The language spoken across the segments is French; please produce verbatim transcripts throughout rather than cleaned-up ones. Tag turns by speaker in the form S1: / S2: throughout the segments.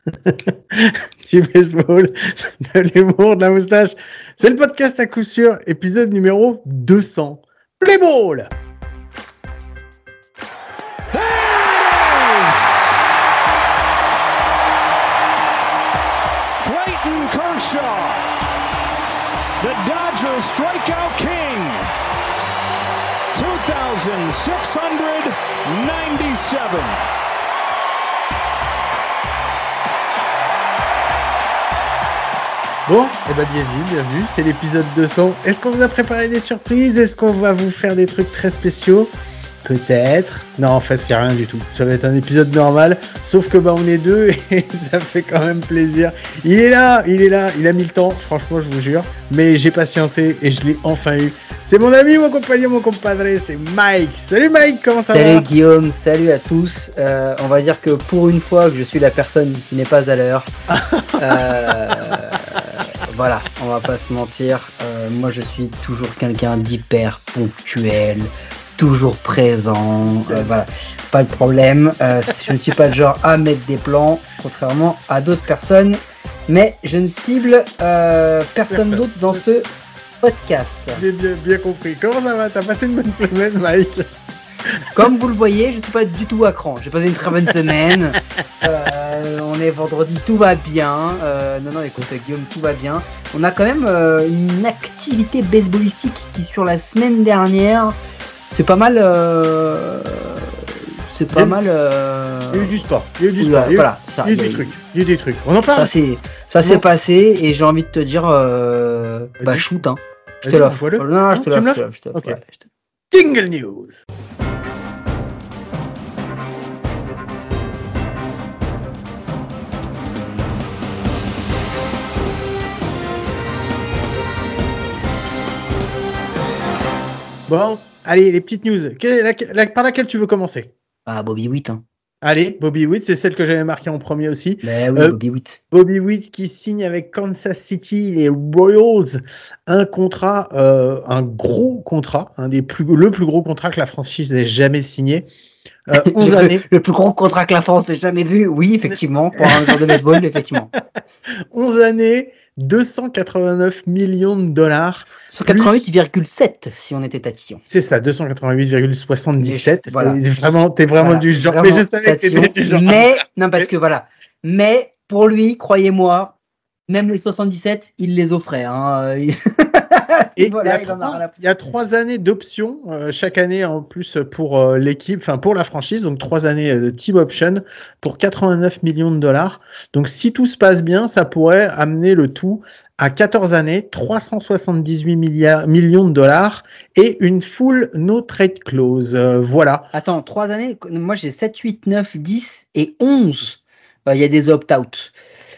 S1: Du baseball, de l'humour, de la moustache. C'est le podcast à coup sûr, épisode numéro deux cents. Play ball!
S2: Clayton Kershaw, the Dodgers strikeout king, two thousand six hundred ninety-seven.
S1: Bon, eh ben bienvenue, bienvenue, c'est l'épisode deux cents. Est-ce qu'on vous a préparé des surprises? Est-ce qu'on va vous faire des trucs très spéciaux? Peut-être. Non, en fait, il n'y a rien du tout. Ça va être un épisode normal, sauf que bah on est deux et ça fait quand même plaisir. Il est là, il est là, il a mis le temps, franchement, je vous jure. Mais j'ai patienté et je l'ai enfin eu. C'est mon ami, mon compagnon, mon compadre, c'est Mike. Salut Mike, comment ça
S3: salut
S1: va?
S3: Salut Guillaume, salut à tous. Euh, on va dire que pour une fois que je suis la personne qui n'est pas à l'heure. euh, voilà, on va pas se mentir. Euh, moi, je suis toujours quelqu'un d'hyper ponctuel. Toujours présent, euh, voilà, pas de problème. Euh, je ne suis pas le genre à mettre des plans, contrairement à d'autres personnes, mais je ne cible euh, personne, personne d'autre dans ce podcast.
S1: J'ai bien, bien compris. Comment ça va? T'as passé une bonne semaine, Mike?
S3: Comme vous le voyez, je suis pas du tout à cran. J'ai passé une très bonne semaine. Euh, on est vendredi, tout va bien. Euh, non, non, écoute, Guillaume, tout va bien. On a quand même euh, une activité baseballistique qui, sur la semaine dernière, c'est pas mal. Euh... C'est pas il mal. Euh...
S1: Il y a eu du sport. Il y a eu du sport. Il y a eu,
S3: voilà, ça,
S1: il y a eu des trucs. Il y a eu des trucs. On en parle.
S3: Ça c'est, ça s'est passé et j'ai envie de te dire, euh... bah shoot hein. Je te l'offre.
S1: Non,
S3: non, je te l'offre. Je te l'offre.
S1: Ok. Ouais, te... Jingle News. Bon. Allez, les petites news. Quelle, la, la, par laquelle tu veux commencer?
S3: Ah, Bobby Witt. Hein.
S1: Allez, Bobby Witt, c'est celle que j'avais marquée en premier aussi.
S3: Mais oui, euh, Bobby Witt.
S1: Bobby Witt qui signe avec Kansas City, les Royals, un contrat, euh, un gros contrat, un des plus, le plus gros contrat que la franchise ait jamais signé.
S3: Euh, onze le, années. Le plus gros contrat que la France ait jamais vu. Oui, effectivement, pour un joueur de baseball, effectivement.
S1: onze années, deux cent quatre-vingt-neuf millions de dollars.
S3: cent quatre-vingt-huit virgule sept si on était tatillon.
S1: C'est ça, deux cent quatre-vingt-huit virgule soixante-dix-sept.
S3: Voilà.
S1: Vraiment, t'es vraiment voilà, du genre.
S3: Vraiment
S1: mais je savais tatillon, que t'étais du genre.
S3: Mais, non, parce que voilà. Mais, pour lui, croyez-moi, même les soixante-dix-sept, il les offrait, hein.
S1: Et voilà, il, y trois, il y a trois années d'options euh, chaque année en plus pour euh, l'équipe, enfin pour la franchise, donc trois années de team option pour quatre-vingt-neuf millions de dollars. Donc si tout se passe bien, ça pourrait amener le tout à quatorze années, trois cent soixante-dix-huit milliards, millions de dollars et une full no trade clause. Euh, voilà.
S3: Attends, trois années, moi j'ai sept, huit, neuf, dix et onze. Il euh, y a des opt-out.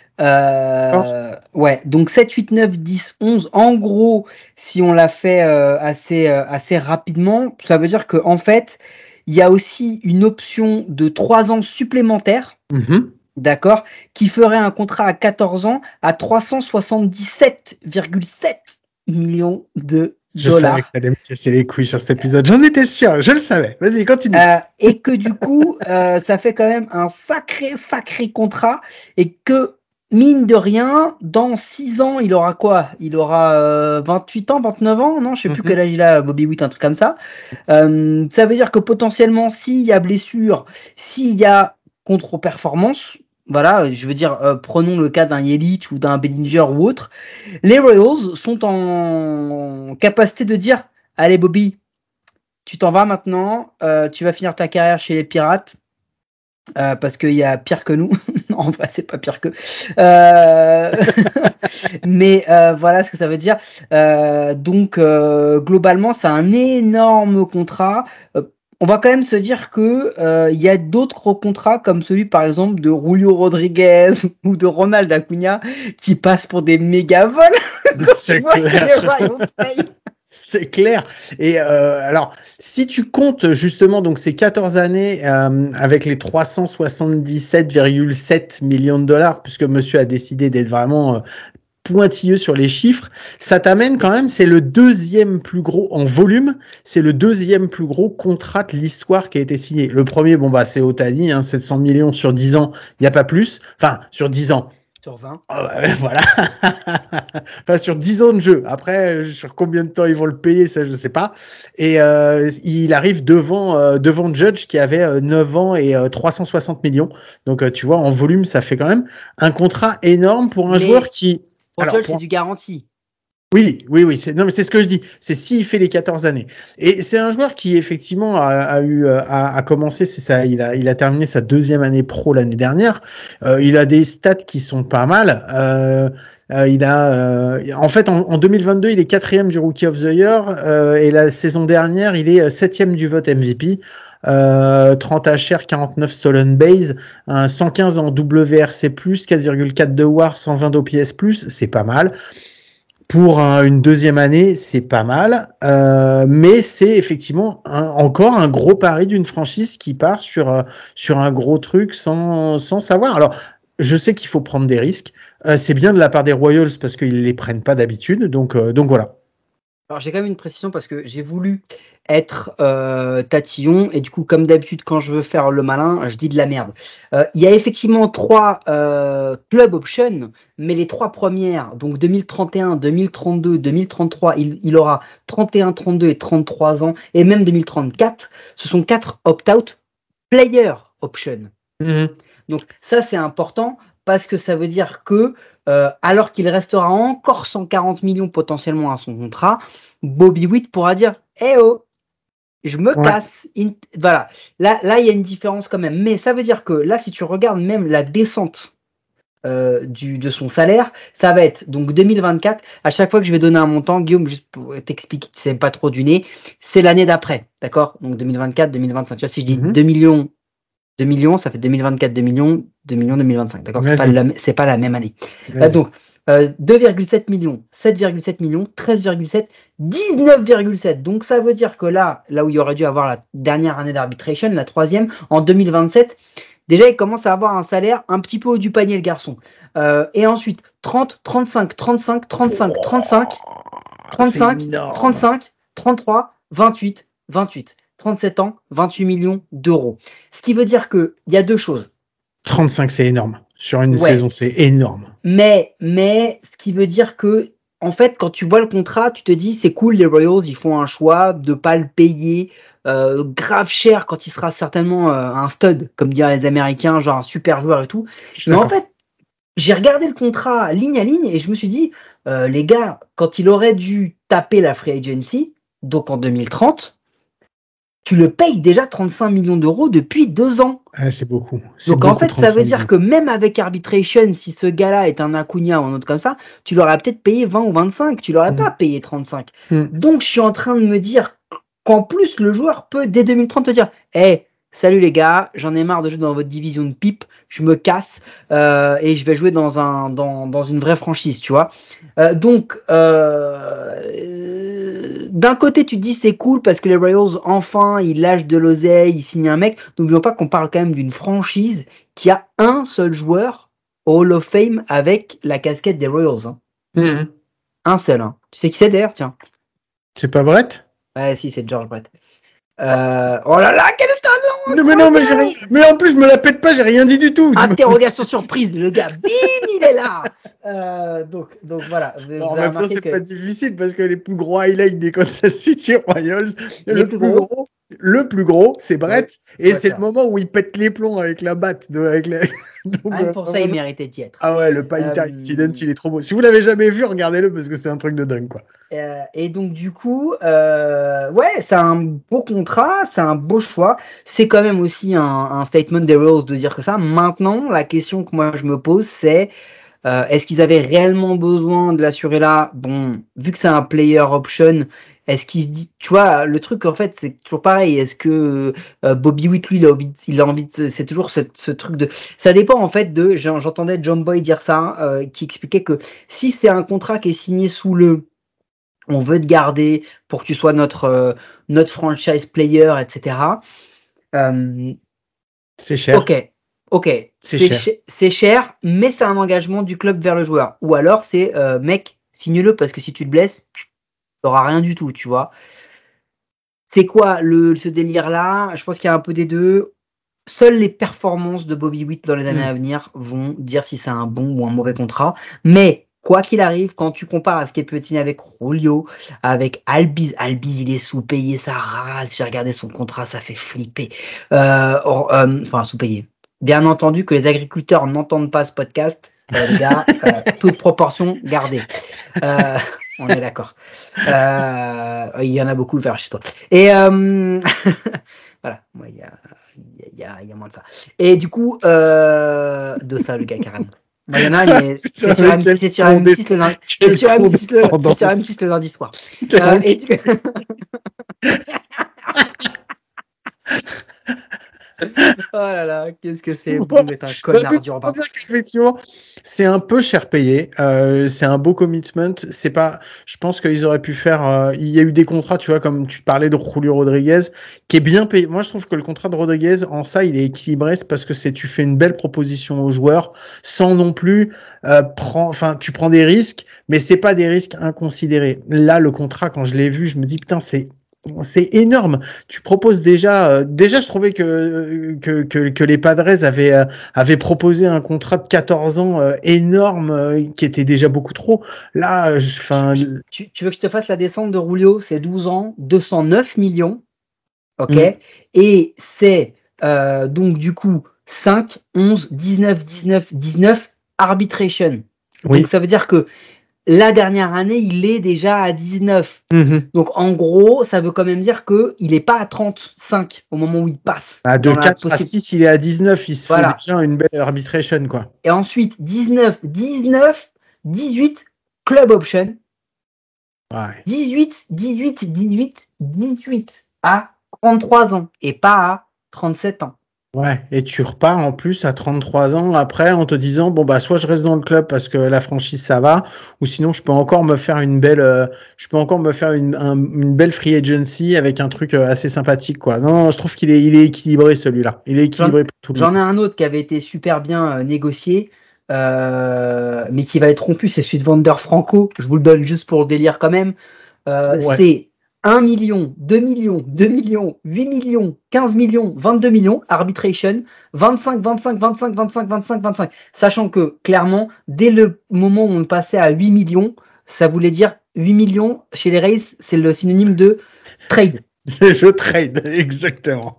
S3: Euh, ouais, donc sept, huit, neuf, dix, onze. En gros, si on l'a fait euh, assez, euh, assez rapidement, ça veut dire qu'en fait, il y a aussi une option de trois ans supplémentaires,
S1: mm-hmm.
S3: d'accord, qui ferait un contrat à quatorze ans à trois cent soixante-dix-sept virgule sept millions de
S1: je
S3: dollars.
S1: savais que t'allais me casser les couilles sur cet épisode, j'en étais sûr, je le savais. Vas-y, continue.
S3: Euh, et que du coup, euh, ça fait quand même un sacré, sacré contrat et que mine de rien, dans six ans, il aura quoi? Il aura euh, vingt-huit ans, vingt-neuf ans? Non, je sais mm-hmm. plus quel âge il a, Bobby Witt, un truc comme ça. Euh, ça veut dire que potentiellement, s'il y a blessure, s'il y a contre-performance, voilà, je veux dire, euh, prenons le cas d'un Yelich ou d'un Bellinger ou autre, les Royals sont en capacité de dire, allez Bobby, tu t'en vas maintenant, euh, tu vas finir ta carrière chez les Pirates. Euh, parce qu'il y a pire que nous. Non, en vrai, c'est pas pire que. Euh... Mais euh, voilà ce que ça veut dire. Euh, donc, euh, globalement, c'est un énorme contrat. Euh, on va quand même se dire que euh, il y a d'autres contrats comme celui, par exemple, de Julio Rodriguez ou de Ronald Acuna qui passent pour des méga vols.
S1: C'est clair. C'est clair. Et euh, alors, si tu comptes justement donc ces quatorze années euh, avec les trois cent soixante-dix-sept virgule sept millions de dollars, puisque monsieur a décidé d'être vraiment euh, pointilleux sur les chiffres, ça t'amène quand même, c'est le deuxième plus gros en volume, c'est le deuxième plus gros contrat de l'histoire qui a été signé. Le premier, bon bah c'est Ohtani, hein, sept cents millions sur dix ans, il y a pas plus, enfin sur dix ans.
S3: Sur vingt.
S1: Oh, voilà. Enfin, sur dix ans de jeu. Après, sur combien de temps ils vont le payer, ça, je sais pas. Et euh, il arrive devant euh, devant Judge qui avait euh, neuf ans et euh, trois cent soixante millions. Donc, euh, tu vois, en volume, ça fait quand même un contrat énorme pour un
S3: mais
S1: joueur qui...
S3: Pour
S1: Alors,
S3: Judge,
S1: pour...
S3: c'est du garanti.
S1: Oui, oui, oui. C'est... Non, mais c'est ce que je dis. C'est s'il fait les quatorze années. Et c'est un joueur qui, effectivement, a, a eu, a, a commencé, c'est ça, il a, il a terminé sa deuxième année pro l'année dernière. Euh, il a des stats qui sont pas mal. Euh, euh, il a, euh, en fait, en, en deux mille vingt-deux, il est quatrième du Rookie of the Year. Euh, et la saison dernière, il est septième du vote M V P. Euh, trente H R, quarante-neuf stolen base, un cent quinze en W R C plus, quatre virgule quatre de W A R, cent vingt d'O P S plus, c'est pas mal. Pour un, une deuxième année, c'est pas mal, euh, mais c'est effectivement un, encore un gros pari d'une franchise qui part sur euh, sur un gros truc sans sans savoir. Alors, je sais qu'il faut prendre des risques. Euh, c'est bien de la part des Royals parce qu'ils les prennent pas d'habitude, donc euh, donc voilà.
S3: Alors j'ai quand même une précision parce que j'ai voulu être euh, tatillon et du coup comme d'habitude quand je veux faire le malin je dis de la merde. Euh, il y a effectivement trois euh, club options mais les trois premières donc deux mille trente et un, deux mille trente-deux, deux mille trente-trois il, il aura trente et un, trente-deux et trente-trois ans et même deux mille trente-quatre ce sont quatre opt-out player options. Mmh. Donc ça c'est important parce que ça veut dire que Euh, alors qu'il restera encore cent quarante millions potentiellement à son contrat, Bobby Witt pourra dire eh oh, je me ouais. casse. In- voilà. Là, là, il y a une différence quand même. Mais ça veut dire que là, si tu regardes même la descente euh, du, de son salaire, ça va être donc deux mille vingt-quatre. À chaque fois que je vais donner un montant, Guillaume, juste pour t'expliquer que c'est pas trop du nez, c'est l'année d'après. D'accord? Donc deux mille vingt-quatre, deux mille vingt-cinq. Tu vois, si je dis mm-hmm. deux millions, deux millions, ça fait deux mille vingt-quatre, deux millions, deux millions, deux mille vingt-cinq. D'accord? C'est pas, la, c'est pas la même année. Euh, donc, euh, deux virgule sept millions, sept virgule sept millions, treize virgule sept, dix-neuf virgule sept. Donc, ça veut dire que là, là où il aurait dû avoir la dernière année d'arbitration, la troisième, en deux mille vingt-sept, déjà, il commence à avoir un salaire un petit peu haut du panier, le garçon. Euh, et ensuite, trente, trente-cinq, trente-cinq, trente-cinq, trente-cinq, trente-cinq, trente-cinq, trente-trois, vingt-huit, vingt-huit. trente-sept ans, vingt-huit millions d'euros. Ce qui veut dire que il y a deux choses.
S1: trente-cinq, c'est énorme. Sur une ouais. saison, c'est énorme.
S3: Mais, mais, ce qui veut dire que, en fait, quand tu vois le contrat, tu te dis, c'est cool, les Royals, ils font un choix de pas le payer euh, grave cher quand il sera certainement euh, un stud, comme disent les Américains, genre un super joueur et tout. Mais en fait, j'ai regardé le contrat ligne à ligne et je me suis dit, euh, les gars, quand il aurait dû taper la free agency, donc en deux mille trente, tu le payes déjà trente-cinq millions d'euros depuis deux ans.
S1: Ah, c'est beaucoup. C'est
S3: Donc
S1: beaucoup,
S3: en fait, ça veut dire que même avec arbitration, si ce gars-là est un Acuna ou un autre comme ça, tu l'aurais peut-être payé vingt ou vingt-cinq, tu l'aurais mmh. pas payé trente-cinq. Mmh. Donc je suis en train de me dire qu'en plus le joueur peut dès deux mille trente te dire « Hey, salut les gars, j'en ai marre de jouer dans votre division de pipe, je me casse euh, et je vais jouer dans un dans dans une vraie franchise, tu vois. Euh, donc euh, d'un côté tu te dis c'est cool parce que les Royals enfin ils lâchent de l'oseille, ils signent un mec. N'oublions pas qu'on parle quand même d'une franchise qui a un seul joueur au Hall of Fame avec la casquette des Royals. Hein. Mmh. Un seul. Hein. Tu sais qui c'est d'ailleurs, tiens.
S1: C'est pas Brett?
S3: Ouais, si, c'est George Brett. Euh... Oh là là, quel talent!
S1: Non, mais non, mais, j'ai rien... mais en plus, je me la pète pas, j'ai rien dit du tout.
S3: Interrogation surprise, le gars, bim, il est là! Euh, donc, donc voilà.
S1: Bon, en même temps, c'est que... pas difficile parce que les plus gros highlights des Kansas City Royals, les le plus gros, gros le plus gros, c'est Brett, ouais, et c'est ça. Le moment où il pète les plombs avec la batte. De, avec la...
S3: donc, ah, pour euh, ça, il méritait d'y être.
S1: Ah ouais, le Pine euh... Incident, il est trop beau. Si vous l'avez jamais vu, regardez-le parce que c'est un truc de dingue, quoi.
S3: Euh, et donc, du coup, euh, ouais, c'est un beau contrat, c'est un beau choix. C'est quand même aussi un, un statement des Royals de dire que ça. Maintenant, la question que moi je me pose, c'est euh, est-ce qu'ils avaient réellement besoin de l'assurer là? Bon, vu que c'est un player option, est-ce qu'il se dit, tu vois, le truc en fait, c'est toujours pareil. Est-ce que euh, Bobby Witt, lui, il a envie, de, il a envie de, c'est toujours ce, ce truc de, ça dépend en fait de, j'entendais John Boy dire ça, euh, qui expliquait que si c'est un contrat qui est signé sous le, on veut te garder pour que tu sois notre euh, notre franchise player, et cetera. Euh,
S1: c'est cher.
S3: Ok, Ok,
S1: C'est
S3: c'est,
S1: cher.
S3: ch- c'est cher, mais c'est un engagement du club vers le joueur. Ou alors c'est euh, mec, signe-le parce que si tu te blesses, t'auras rien du tout, tu vois. C'est quoi le ce délire-là? Je pense qu'il y a un peu des deux. Seules les performances de Bobby Witt dans les années
S1: Mm.
S3: à venir vont dire si c'est un bon ou un mauvais contrat. Mais quoi qu'il arrive, quand tu compares à ce qu'est Petit avec Julio, avec Albiz, Albiz il est sous-payé, ça rase. J'ai regardé son contrat, ça fait flipper. Euh, or, euh, enfin sous-payé. Bien entendu que les agriculteurs n'entendent pas ce podcast, euh, les gars, euh, toute proportion gardée. Euh, on est d'accord. Euh, il y en a beaucoup vers chez toi. Et euh, voilà, moi il y a, il y, a, il y a moins de ça. Et du coup, euh, de ça le gars carrément. Moi il y en a, mais c'est sur, M six, c'est sur M six le lundi. C'est sur M six le, c'est sur M six le lundi soir. Euh, et du... Oh là là, qu'est-ce que c'est beau d'être un connard d'urbain.
S1: Dire qu'effectivement, c'est un peu cher payé. Euh, c'est un beau commitment. C'est pas. Je pense qu'ils auraient pu faire. Euh, il y a eu des contrats, tu vois, comme tu parlais de Julio Rodriguez, qui est bien payé. Moi, je trouve que le contrat de Rodriguez, en ça, il est équilibré. C'est parce que c'est tu fais une belle proposition aux joueurs, sans non plus euh, prendre. Enfin, tu prends des risques, mais c'est pas des risques inconsidérés. Là, le contrat, quand je l'ai vu, je me dis putain, c'est c'est énorme. Tu proposes déjà, euh, déjà, je trouvais que que que, que les Padres avaient euh, avaient proposé un contrat de quatorze ans euh, énorme, euh, qui était déjà beaucoup trop. Là, enfin,
S3: tu, tu veux que je te fasse la descente de Julio? C'est douze ans, deux cent neuf millions, ok, mm. Et c'est euh, donc du coup cinq, onze, dix-neuf, dix-neuf, dix-neuf arbitration. Oui. Donc ça veut dire que la dernière année, il est déjà à dix-neuf. Mm-hmm. Donc, en gros, ça veut quand même dire qu'il n'est pas à trente-cinq au moment où il passe.
S1: Ah, de quatre à six, il est à dix-neuf. Il se voilà. fait déjà une belle arbitration, quoi.
S3: Et ensuite, dix-neuf, dix-neuf, dix-huit, club option.
S1: Ouais.
S3: dix-huit, dix-huit, dix-huit, dix-huit à trente-trois ans et pas à trente-sept ans.
S1: Ouais, et tu repars en plus à trente-trois ans après en te disant bon bah soit je reste dans le club parce que la franchise ça va, ou sinon je peux encore me faire une belle, euh, je peux encore me faire une, un, une belle free agency avec un truc assez sympathique quoi. Non, non je trouve qu'il est, il est équilibré celui-là. Il est équilibré
S3: j'en,
S1: pour tout le
S3: j'en
S1: monde.
S3: ai un autre qui avait été super bien euh, négocié, euh, mais qui va être rompu, c'est celui de Vander Franco. Je vous le donne juste pour le délire quand même. Euh, ouais. C'est un million, deux millions, deux millions, huit millions, quinze millions, vingt-deux millions, arbitration, vingt-cinq, vingt-cinq, vingt-cinq, vingt-cinq, vingt-cinq, vingt-cinq. Sachant que, clairement, dès le moment où on passait à huit millions, ça voulait dire huit millions chez les Rays, c'est le synonyme de trade.
S1: C'est je trade, exactement.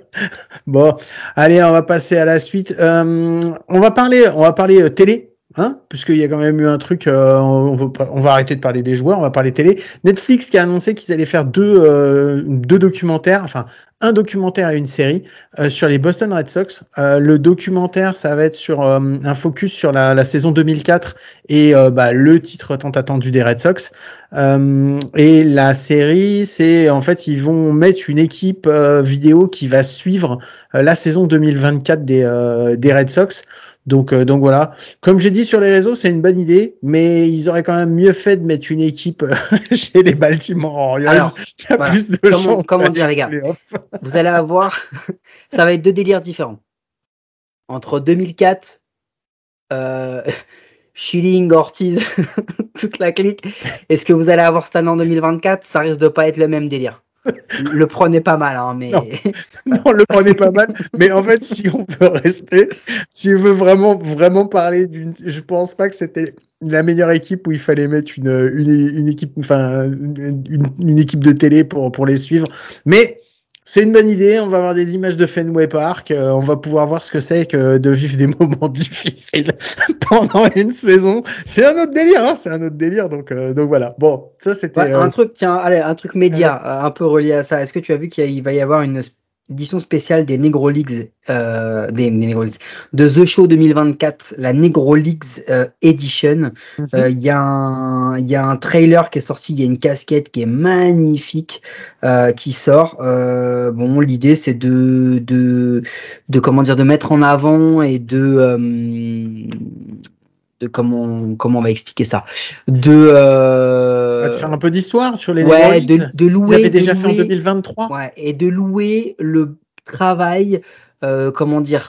S1: Bon, allez, on va passer à la suite. Euh, on va parler, on va parler euh, télé. Hein, puisqu'il y a quand même eu un truc, euh, on, va, on va arrêter de parler des joueurs, on va parler télé. Netflix qui a annoncé qu'ils allaient faire deux, euh, deux documentaires, enfin un documentaire et une série euh, sur les Boston Red Sox. Euh, le documentaire, ça va être sur euh, un focus sur la, la saison deux mille quatre et euh, bah, le titre tant attendu des Red Sox. Euh, et la série, c'est en fait ils vont mettre une équipe euh, vidéo qui va suivre euh, la saison deux mille vingt-quatre des, euh, des Red Sox. Donc, euh, donc voilà. Comme j'ai dit sur les réseaux, c'est une bonne idée, mais ils auraient quand même mieux fait de mettre une équipe chez les Baltimore Orioles.
S3: Alors,
S1: qui a
S3: voilà.
S1: plus de
S3: comment,
S1: chance
S3: comment dire les gars, vous allez avoir, ça va être deux délires différents. Entre deux mille quatre, euh, Schilling, Ortiz, toute la clique. Et ce que vous allez avoir cette année en deux mille vingt-quatre, ça risque de pas être le même délire. Le prenez pas mal, hein, mais.
S1: Non, non, le prenez pas mal. Mais en fait, si on peut rester, si on veut vraiment, vraiment parler d'une, je pense pas que c'était la meilleure équipe où il fallait mettre une, une, une équipe, enfin, une, une équipe de télé pour, pour les suivre. Mais c'est une bonne idée. On va avoir des images de Fenway Park. Euh, on va pouvoir voir ce que c'est que de vivre des moments difficiles pendant une saison. C'est un autre délire, hein. C'est un autre délire. Donc, euh, donc voilà. Bon, ça c'était
S3: ouais,
S1: euh...
S3: un truc. Tiens, allez, un truc média, euh, un peu relié à ça. Est-ce que tu as vu qu'il va y avoir une édition spéciale des Negro Leagues, euh, des, des Negro Leagues, de The Show deux mille vingt-quatre, la Negro Leagues euh, Edition. Il mm-hmm. euh, y a un, il y a un trailer qui est sorti, il y a une casquette qui est magnifique euh, qui sort. Euh, bon, l'idée c'est de, de, de comment dire, de mettre en avant et de euh, de comment comment on va expliquer ça, de euh...
S1: de faire un peu d'histoire sur les
S3: ouais, de, de louer,
S1: déjà
S3: de
S1: fait
S3: louer,
S1: en deux mille vingt-trois.
S3: Ouais, et de louer le travail euh, comment dire,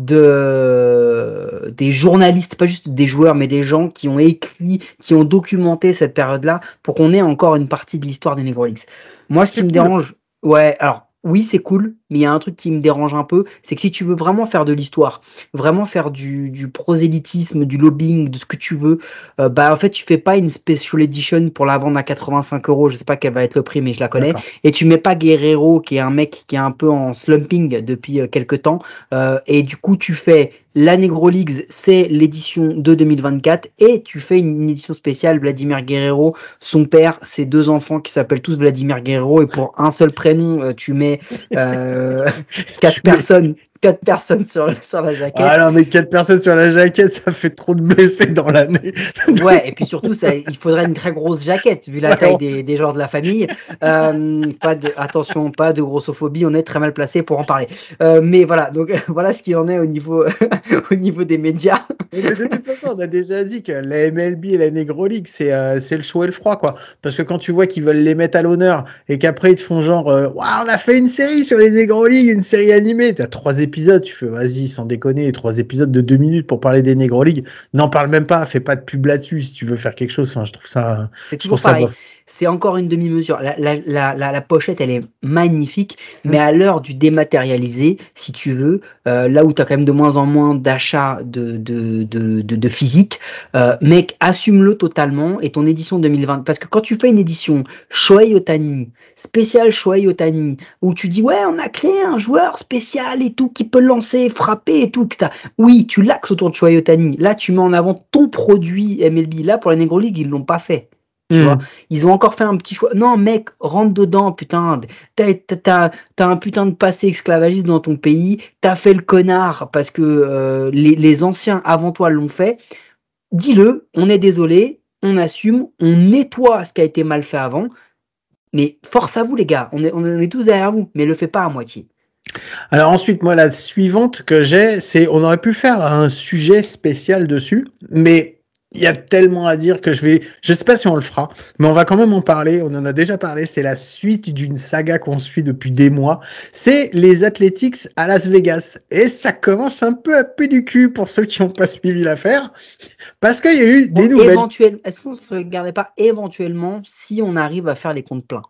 S3: de des journalistes, pas juste des joueurs, mais des gens qui ont écrit, qui ont documenté cette période-là, pour qu'on ait encore une partie de l'histoire des Negro Leagues. Moi, ce qui me dérange, ouais, alors. Oui, c'est cool, mais il y a un truc qui me dérange un peu, c'est que si tu veux vraiment faire de l'histoire, vraiment faire du, du prosélytisme, du lobbying, de ce que tu veux, euh, bah en fait tu fais pas une special edition pour la vendre à quatre-vingt-cinq euros, je sais pas quel va être le prix, mais je la connais, D'accord. Et tu mets pas Guerrero, qui est un mec qui est un peu en slumping depuis euh, quelques temps, euh, et du coup tu fais la Negro Leagues, c'est l'édition de deux mille vingt-quatre, et tu fais une édition spéciale Vladimir Guerrero, son père, ses deux enfants qui s'appellent tous Vladimir Guerrero, et pour un seul prénom, euh, tu mets euh, quatre personnes, quatre personnes sur, sur la jaquette.
S1: Ah non, mais quatre personnes sur la jaquette, ça fait trop de blessés dans l'année.
S3: Ouais, et puis surtout, ça, il faudrait une très grosse jaquette, vu la taille des, des joueurs de la famille. Euh, pas de, attention, pas de grossophobie, on est très mal placé pour en parler. Euh, mais voilà, donc voilà ce qu'il en est au niveau, au niveau des médias.
S1: Mais de toute façon, on a déjà dit que la M L B et la Negro League, c'est, euh, c'est le chaud et le froid, quoi. Parce que quand tu vois qu'ils veulent les mettre à l'honneur et qu'après ils te font genre, euh, waouh, on a fait une série sur les Negro League, une série animée, t'as trois épisodes, tu fais, vas-y, sans déconner, trois épisodes de deux minutes pour parler des Negro League. N'en parle même pas, fais pas de pub là-dessus si tu veux faire quelque chose. Enfin, je trouve ça,
S3: c'est toujours pareil. C'est encore une demi-mesure. La, la, la, la, la pochette, elle est magnifique, mmh. mais à l'heure du dématérialisé, si tu veux, euh, là où tu as quand même de moins en moins d'achats de, de, de, de, de physique, euh, mec, assume-le totalement et ton édition deux mille vingt. Parce que quand tu fais une édition Shohei Ohtani, spéciale Shohei Ohtani, où tu dis, ouais, on a créé un joueur spécial et tout, qui peut lancer, frapper et tout, et cetera. Oui, tu l'axes autour de Shohei Ohtani. Là, tu mets en avant ton produit M L B. Là, pour la Negro League, ils l'ont pas fait. Tu mmh. vois, ils ont encore fait un petit choix. Non, mec, rentre dedans, putain. T'as, t'as, t'as un putain de passé esclavagiste dans ton pays. T'as fait le connard parce que euh, les, les anciens avant toi l'ont fait. Dis-le, on est désolé, on assume, on nettoie ce qui a été mal fait avant. Mais force à vous, les gars. On est, on est tous derrière vous, mais le fais pas à moitié.
S1: Alors ensuite, moi, la suivante que j'ai, c'est on aurait pu faire un sujet spécial dessus, mais il y a tellement à dire que je vais, je sais pas si on le fera, mais on va quand même en parler. On en a déjà parlé. C'est la suite d'une saga qu'on suit depuis des mois. C'est les Athletics à Las Vegas. Et ça commence un peu à puer du cul pour ceux qui n'ont pas suivi l'affaire. Parce qu'il y a eu des
S3: bon,
S1: nouvelles.
S3: Éventuellement, est-ce qu'on ne regardait pas éventuellement si on arrive à faire les comptes pleins?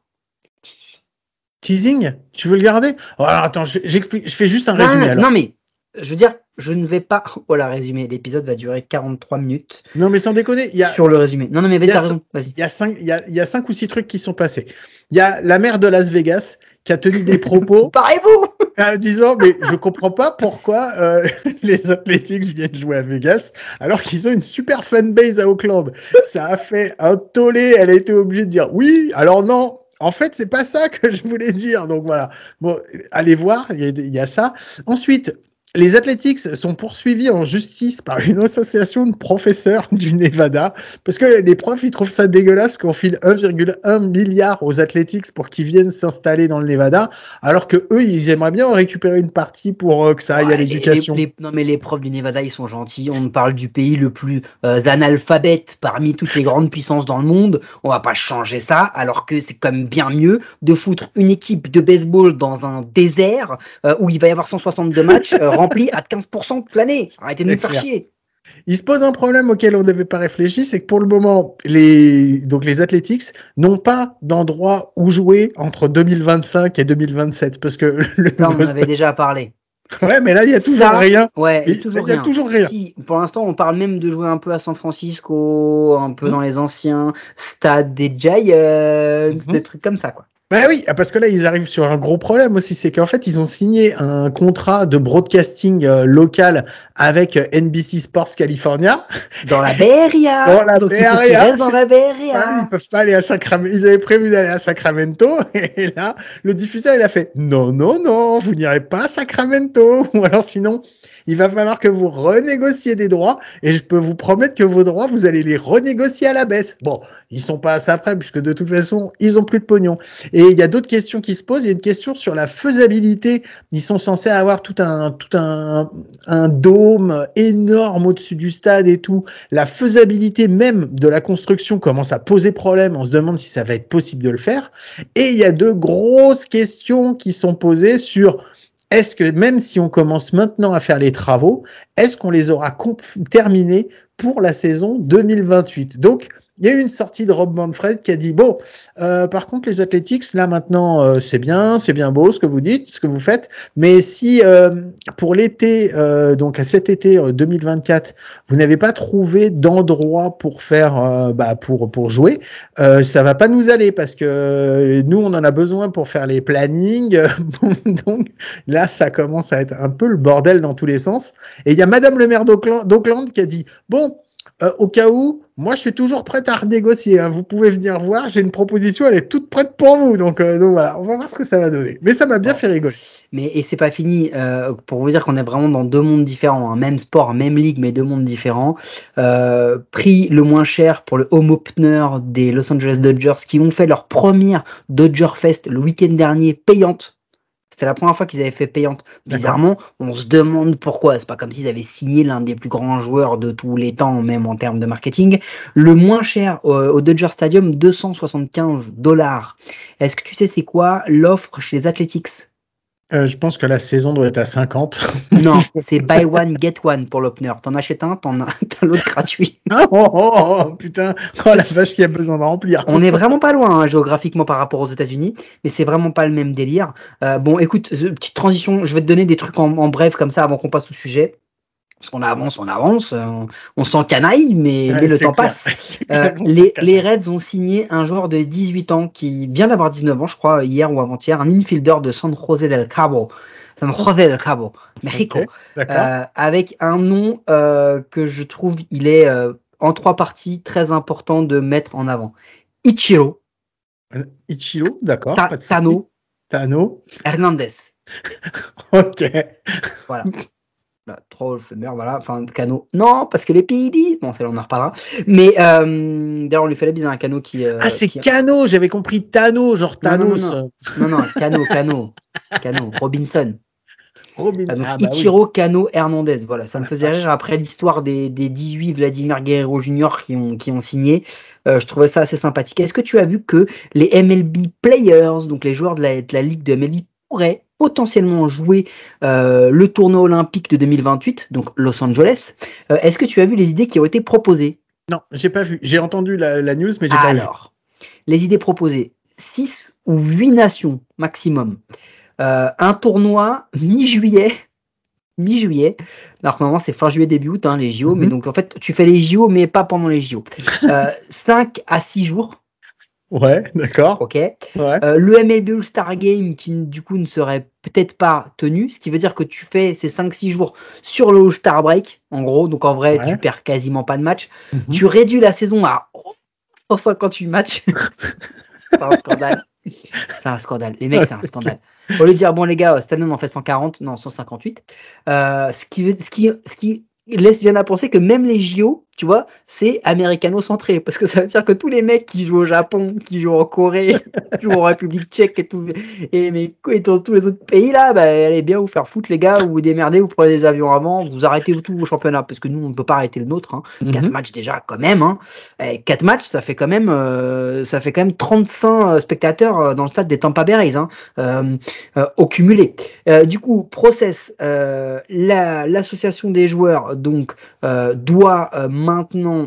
S1: Teasing? Tu veux le garder? Oh, alors attends, j'explique, je fais juste un
S3: non,
S1: résumé
S3: non,
S1: alors.
S3: Non mais, je veux dire, je ne vais pas. Oh là, résumé. L'épisode va durer quarante-trois minutes.
S1: Non, mais sans déconner, il y a.
S3: Sur le résumé. Non, non, mais vas-y, t'as raison. Vas-y.
S1: Il y a cinq, il y a, il y a cinq ou six trucs qui sont passés. Il y a la maire de Las Vegas qui a tenu des propos.
S3: Parlez-vous!
S1: En disant, mais je comprends pas pourquoi euh, les Athletics viennent jouer à Vegas alors qu'ils ont une super fanbase à Oakland. Ça a fait un tollé. Elle a été obligée de dire oui. Alors non. En fait, c'est pas ça que je voulais dire. Donc voilà. Bon, allez voir. Il y a, il y a ça. Ensuite. Les Athletics sont poursuivis en justice par une association de professeurs du Nevada parce que les profs ils trouvent ça dégueulasse qu'on file un virgule un milliard aux Athletics pour qu'ils viennent s'installer dans le Nevada alors que eux ils aimeraient bien en récupérer une partie pour euh, que ça aille ouais, à l'éducation.
S3: Les, les, non mais les profs du Nevada ils sont gentils, on parle du pays le plus euh, analphabète parmi toutes les grandes puissances dans le monde, on va pas changer ça alors que c'est quand même bien mieux de foutre une équipe de baseball dans un désert euh, où il va y avoir cent soixante-deux matchs euh, rempli à quinze pour cent toute l'année. Arrêtez de nous faire chier.
S1: Il se pose un problème auquel on n'avait pas réfléchi, c'est que pour le moment, les donc les Athletics n'ont pas d'endroit où jouer entre deux mille vingt-cinq et deux mille vingt-sept parce que le
S3: ça, on en avait déjà parlé.
S1: Ouais, mais là il y a toujours
S3: ça,
S1: rien.
S3: Ouais, il toujours
S1: y a
S3: rien.
S1: toujours rien.
S3: Si, pour l'instant, on parle même de jouer un peu à San Francisco, un peu mmh. dans les anciens stades des Giants, mmh. des trucs comme ça, quoi.
S1: Ben oui, parce que là, ils arrivent sur un gros problème aussi, c'est qu'en fait, ils ont signé un contrat de broadcasting euh, local avec euh, N B C Sports California.
S3: Dans la Bay Area.
S1: Dans la
S3: Donc,
S1: Bay Area.
S3: Dans la Bay Area.
S1: Ah, ils peuvent pas aller à Sacramento. Ils avaient prévu d'aller à Sacramento. Et là, le diffuseur, il a fait, non, non, non, vous n'irez pas à Sacramento. Ou alors sinon, il va falloir que vous renégociez des droits et je peux vous promettre que vos droits, vous allez les renégocier à la baisse. Bon, ils sont pas assez près puisque de toute façon, ils ont plus de pognon. Et il y a d'autres questions qui se posent. Il y a une question sur la faisabilité. Ils sont censés avoir tout un, tout un, un dôme énorme au-dessus du stade et tout. La faisabilité même de la construction commence à poser problème. On se demande si ça va être possible de le faire. Et il y a de grosses questions qui sont posées sur est-ce que même si on commence maintenant à faire les travaux, est-ce qu'on les aura comp- terminés pour la saison deux mille vingt-huit? Donc, il y a eu une sortie de Rob Manfred qui a dit bon, euh, par contre les Athletics là maintenant euh, c'est bien, c'est bien beau ce que vous dites, ce que vous faites, mais si euh, pour l'été, euh, donc à cet été euh, deux mille vingt-quatre, vous n'avez pas trouvé d'endroit pour faire, euh, bah pour pour jouer, euh, ça va pas nous aller parce que euh, nous on en a besoin pour faire les plannings, donc là ça commence à être un peu le bordel dans tous les sens. Et il y a Madame le maire d'Auckland, d'Auckland qui a dit bon. Euh, au cas où, moi je suis toujours prête à renégocier. Hein. Vous pouvez venir voir, j'ai une proposition, elle est toute prête pour vous. Donc, euh, donc voilà, on va voir ce que ça va donner. Mais ça m'a bien ouais. fait rigoler.
S3: Mais et c'est pas fini. Euh, pour vous dire qu'on est vraiment dans deux mondes différents, hein. Même sport, même ligue, mais deux mondes différents. Euh, prix le moins cher pour le home opener des Los Angeles Dodgers qui ont fait leur première Dodger Fest le week-end dernier payante. C'était la première fois qu'ils avaient fait payante. Bizarrement, on se demande pourquoi. C'est pas comme s'ils avaient signé l'un des plus grands joueurs de tous les temps, même en termes de marketing. Le moins cher euh, au Dodger Stadium, deux cent soixante-quinze dollars. Est-ce que tu sais c'est quoi l'offre chez les Athletics?
S1: Euh, je pense que la saison doit être à cinquante.
S3: Non, c'est buy one, get one pour l'opener. T'en achètes un, t'en as, t'as l'autre gratuit.
S1: Oh, oh, oh, oh, putain, oh la vache qui a besoin de remplir.
S3: On est vraiment pas loin hein, géographiquement par rapport aux États-Unis, mais c'est vraiment pas le même délire. Euh, bon, écoute, petite transition, je vais te donner des trucs en, en bref comme ça avant qu'on passe au sujet. Parce qu'on avance, on avance, on, on s'en canaille, mais, ouais, mais le temps clair. passe. Euh, les, les Reds ont signé un joueur de dix-huit ans qui vient d'avoir dix-neuf ans, je crois, hier ou avant-hier, un infielder de San José del Cabo. San José del Cabo, Mexico. Okay, euh, avec un nom euh, que je trouve, il est euh, en trois parties très important de mettre en avant. Ichiro.
S1: Ichiro, d'accord.
S3: Ta- Tano.
S1: Tano.
S3: Hernandez.
S1: Ok.
S3: Voilà. Bah, troll, Femer, voilà, enfin, Cano. Non, parce que les P I D, bon, ça, on en reparlera. Mais, euh, d'ailleurs, on lui fait la bise à un Cano qui. Euh,
S1: ah, c'est
S3: qui...
S1: Cano, j'avais compris Tano, genre Thanos.
S3: Non, non, non, non, non, non Cano, Cano. Cano, Robinson.
S1: Robin...
S3: Ah, donc,
S1: ah, bah,
S3: Ichiro
S1: oui.
S3: Cano Hernandez, voilà, ça me faisait rire après l'histoire des, des dix-huit Vladimir Guerrero junior qui ont, qui ont signé. Euh, je trouvais ça assez sympathique. Est-ce que tu as vu que les M L B players, donc les joueurs de la, de la ligue de M L B, pourraient potentiellement jouer euh, le tournoi olympique de deux mille vingt-huit, donc Los Angeles. Euh, est-ce que tu as vu les idées qui ont été proposées?
S1: Non, j'ai pas vu. J'ai entendu la, la news, mais j'ai
S3: ah,
S1: pas
S3: alors,
S1: vu.
S3: Alors, les idées proposées, six ou huit nations maximum. Euh, un tournoi mi-juillet. Mi-juillet. Alors, normalement, c'est fin juillet, début août, hein, les J O. Mm-hmm. Mais donc, en fait, tu fais les J O, mais pas pendant les J O. Euh, cinq à six jours.
S1: Ouais, d'accord.
S3: Ok.
S1: Ouais.
S3: Euh, le M L B All-Star Game qui du coup ne serait peut-être pas tenu, ce qui veut dire que tu fais ces cinq six jours sur le All-Star Break, en gros. Donc en vrai, ouais. tu perds quasiment pas de match. Mm-hmm. Tu réduis la saison à cinquante-huit matchs. C'est un scandale. C'est un scandale. Les mecs, ouais, c'est, c'est un scandale. Au lieu de dire bon les gars, cette année on en fait cent quarante, non cent cinquante-huit. Euh, ce qui veut, ce qui, ce qui laisse bien à penser que même les J O, tu vois, c'est américano-centré, parce que ça veut dire que tous les mecs qui jouent au Japon, qui jouent en Corée, qui jouent en République tchèque et tout, et, mais, et dans tous les autres pays là, bah, allez bien vous faire foutre les gars, vous vous démerdez, vous prenez des avions avant, vous arrêtez tous vos championnats, parce que nous on ne peut pas arrêter le nôtre, hein. Mm-hmm. Quatre matchs déjà quand même, hein. Et quatre matchs, ça fait quand même, euh, ça fait quand même trente-cinq spectateurs dans le stade des Tampa Bay Rays, hein, euh, euh, au cumulé. Euh, du coup, process, euh, la, l'association des joueurs donc euh, doit euh, maintenant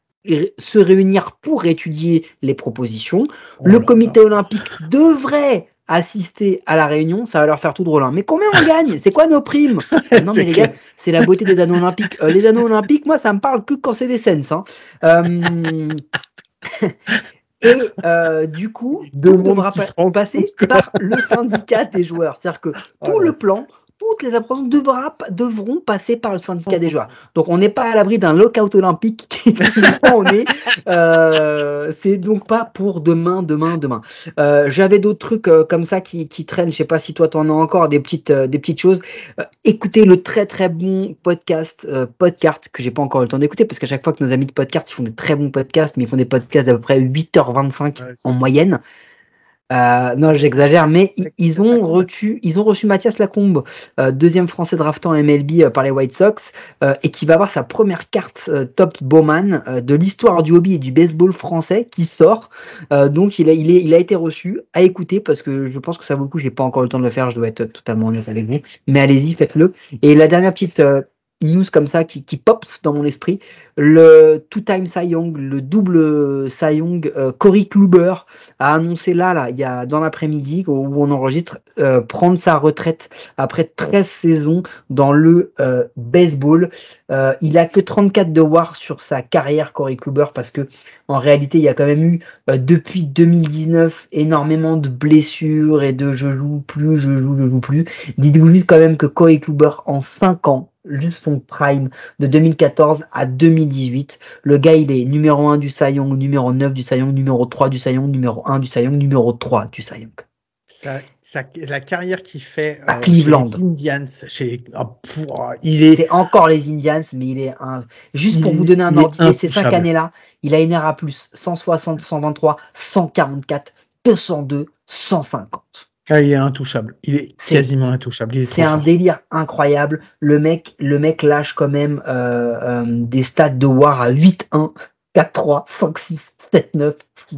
S3: se réunir pour étudier les propositions. Oh le comité là. olympique devrait assister à la réunion, ça va leur faire tout drôle. Hein. Mais combien on gagne? C'est quoi nos primes? Non mais les gars, c'est la beauté des anneaux olympiques. Euh, les anneaux olympiques, moi ça me parle que quand c'est des scènes. Hein. Euh... Et euh, du coup, tout devra pa- passer par le syndicat des joueurs. C'est-à-dire que tout oh le plan, toutes les approbations devra, devront passer par le syndicat des joueurs. Donc on n'est pas à l'abri d'un lockout olympique qui on est. Euh, c'est donc pas pour demain, demain, demain. Euh, j'avais d'autres trucs euh, comme ça qui, qui traînent. Je sais pas si toi t'en as encore des petites, euh, des petites choses. Euh, écoutez le très très bon podcast euh, Podcart que j'ai pas encore eu le temps d'écouter parce qu'à chaque fois que nos amis de Podcart ils font des très bons podcasts, mais ils font des podcasts d'à peu près huit heures vingt-cinq ouais, en moyenne. Euh, non, j'exagère, mais ils, ils ont reçu, ils ont reçu Mathias Lacombe, euh, deuxième français drafté en M L B euh, par les White Sox, euh, et qui va avoir sa première carte euh, top bowman euh, de l'histoire du hobby et du baseball français qui sort. Euh, donc il a, il, est, il a été reçu, à écouter parce que je pense que ça vaut le coup. J'ai pas encore eu le temps de le faire, je dois être totalement honnête avec vous, mais allez-y, faites-le. Et la dernière petite euh, news comme ça qui, qui pop dans mon esprit, le two-time Cy Young, le double Cy Young, euh, Corey Kluber a annoncé là, là, il y a dans l'après-midi où on enregistre, euh, prendre sa retraite après treize saisons dans le euh, baseball. Euh, il a que trente-quatre de W A R sur sa carrière, Corey Kluber, parce que en réalité, il y a quand même eu euh, depuis deux mille dix-neuf énormément de blessures et de je joue plus, je joue, je joue plus. Dites-vous quand même que Corey Kluber en cinq ans, juste son prime de deux mille quatorze à deux mille dix-huit. Le gars, il est numéro un du Cy Young, numéro neuf du Cy Young, numéro trois du Cy Young, numéro un du Cy Young, numéro trois du Cy Young.
S1: Ça, ça, la carrière qu'il fait
S3: à
S1: euh,
S3: Cleveland.
S1: Chez les Indians, chez, oh, pour, il est...
S3: C'est encore les Indians, mais il est un... Juste pour il, vous donner un ordre d'idée, ces cinq années-là, il a une R A plus, cent soixante, cent vingt-trois, cent quarante-quatre, deux cent deux, cent cinquante.
S1: Ah, il est intouchable. Il est c'est, quasiment intouchable. Il est
S3: c'est un
S1: fort.
S3: délire incroyable. Le mec, le mec lâche quand même euh, euh, des stats de W A R à huit un, quatre trois, cinq six, sept neuf.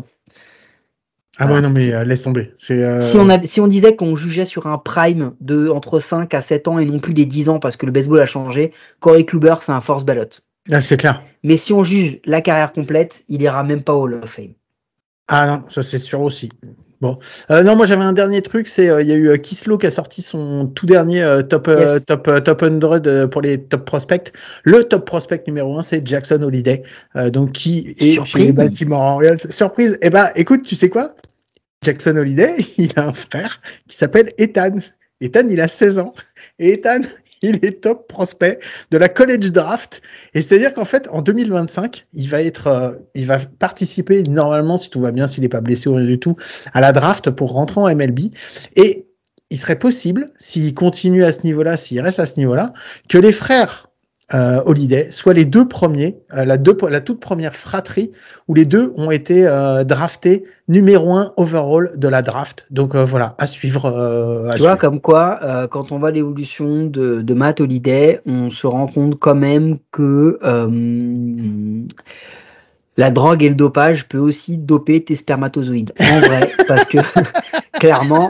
S1: Ah voilà. Ouais, non, mais euh, laisse tomber. C'est, euh...
S3: si, on a, si on disait qu'on jugeait sur un prime de entre cinq à sept ans et non plus des dix ans parce que le baseball a changé, Corey Kluber, c'est un force ballot.
S1: Ah, c'est clair.
S3: Mais si on juge la carrière complète, il ira même pas au Hall of Fame.
S1: Ah non, ça c'est sûr aussi. Bon, euh, non, moi j'avais un dernier truc, c'est il euh, y a eu euh, Kislo qui a sorti son tout dernier euh, top euh, yes. top euh, top cent euh, pour les top prospects. Le top prospect numéro un, c'est Jackson Holliday, euh, donc qui est Surprise. Chez les Baltimore Orioles. Surprise. Eh ben, écoute, tu sais quoi? Jackson Holliday, il a un frère qui s'appelle Ethan. Ethan, il a seize ans. Et Ethan, il est top prospect de la college draft. Et c'est-à-dire qu'en fait, en deux mille vingt-cinq, il va être, euh, il va participer normalement, si tout va bien, s'il n'est pas blessé ou rien du tout, à la draft pour rentrer en M L B. Et il serait possible, s'il continue à ce niveau-là, s'il reste à ce niveau-là, que les frères euh, Holliday soient les deux premiers, euh, la, deux, la toute première fratrie où les deux ont été euh, draftés numéro un overall de la draft. Donc euh, voilà, à suivre. Euh, à
S3: tu
S1: suivre.
S3: vois, comme quoi, euh, quand on voit l'évolution de, de Matt Holliday, on se rend compte quand même que euh, la drogue et le dopage peut aussi doper tes spermatozoïdes. En vrai, parce que clairement,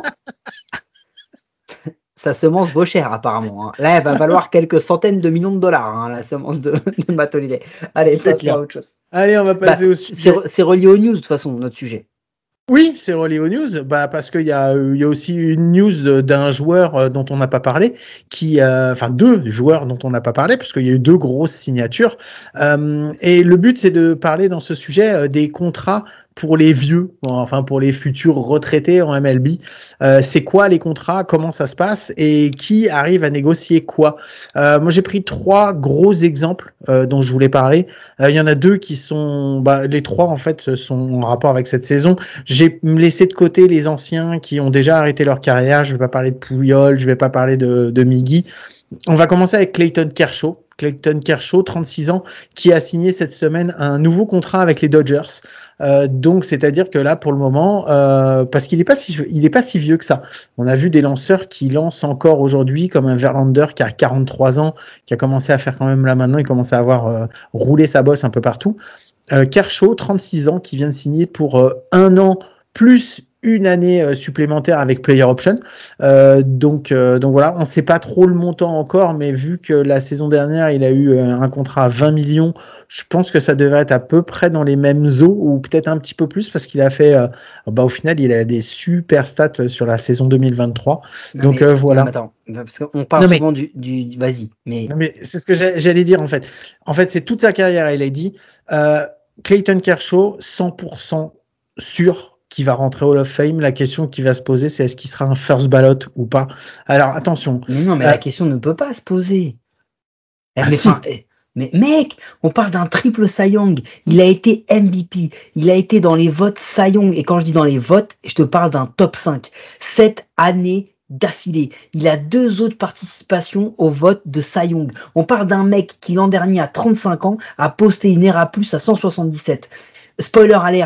S3: sa semence vaut cher apparemment. Hein. Là, elle va valoir quelques centaines de millions de dollars, hein, la semence de, de Matt Holliday. Allez, passe à autre chose.
S1: Allez, on va passer
S3: bah,
S1: au sujet.
S3: C'est, c'est relié aux news, de toute façon, notre sujet.
S1: Oui, c'est relié aux news, bah parce qu'il y a, il y a aussi une news d'un joueur dont on n'a pas parlé, qui, euh, enfin deux joueurs dont on n'a pas parlé, parce qu'il y a eu deux grosses signatures. Euh, et le but, c'est de parler dans ce sujet euh, des contrats pour les vieux, enfin pour les futurs retraités en M L B. Euh, c'est quoi les contrats, comment ça se passe et qui arrive à négocier quoi. Euh, moi j'ai pris trois gros exemples euh, dont je voulais parler. Il euh, y en a deux qui sont, bah, les trois en fait sont en rapport avec cette saison. J'ai laissé de côté les anciens qui ont déjà arrêté leur carrière. Je vais pas parler de Puyol, je vais pas parler de, de Miggy. On va commencer avec Clayton Kershaw. Clayton Kershaw, trente-six ans, qui a signé cette semaine un nouveau contrat avec les Dodgers. Euh, donc, c'est-à-dire que là, pour le moment, euh, parce qu'il n'est pas si, il est pas si vieux que ça. On a vu des lanceurs qui lancent encore aujourd'hui, comme un Verlander qui a quarante-trois ans, qui a commencé à faire quand même là maintenant, il commence à avoir euh, roulé sa bosse un peu partout. Euh, Kershaw, trente-six ans, qui vient de signer pour euh, un an plus une année euh, supplémentaire avec player option. Euh, donc, euh, donc voilà, on ne sait pas trop le montant encore, mais vu que la saison dernière, il a eu euh, un contrat à vingt millions, je pense que ça devrait être à peu près dans les mêmes eaux ou peut-être un petit peu plus parce qu'il a fait, euh, bah au final, il a des super stats sur la saison deux mille vingt-trois.
S3: Non,
S1: donc
S3: mais,
S1: euh, voilà.
S3: Non, attends, parce qu'on parle non, souvent mais, du, du, vas-y. Mais,
S1: non, mais c'est ce que j'allais dire en fait. En fait, c'est toute sa carrière. Il a dit euh, Clayton Kershaw, cent pour cent sûr qui va rentrer au Hall of Fame. La question qui va se poser, c'est est-ce qu'il sera un first ballot ou pas. Alors attention.
S3: Mais non, mais euh, la question ne peut pas se poser.
S1: Ah,
S3: mais,
S1: si.
S3: mais mec, on parle d'un triple Cy Young. Il a été M V P. Il a été dans les votes Cy Young. Et quand je dis dans les votes, je te parle d'un top cinq. Cette année d'affilée. Il a deux autres participations au vote de Cy Young. On parle d'un mec qui l'an dernier, à trente-cinq ans, a posté une R A plus à cent soixante-dix-sept. Spoiler alerte.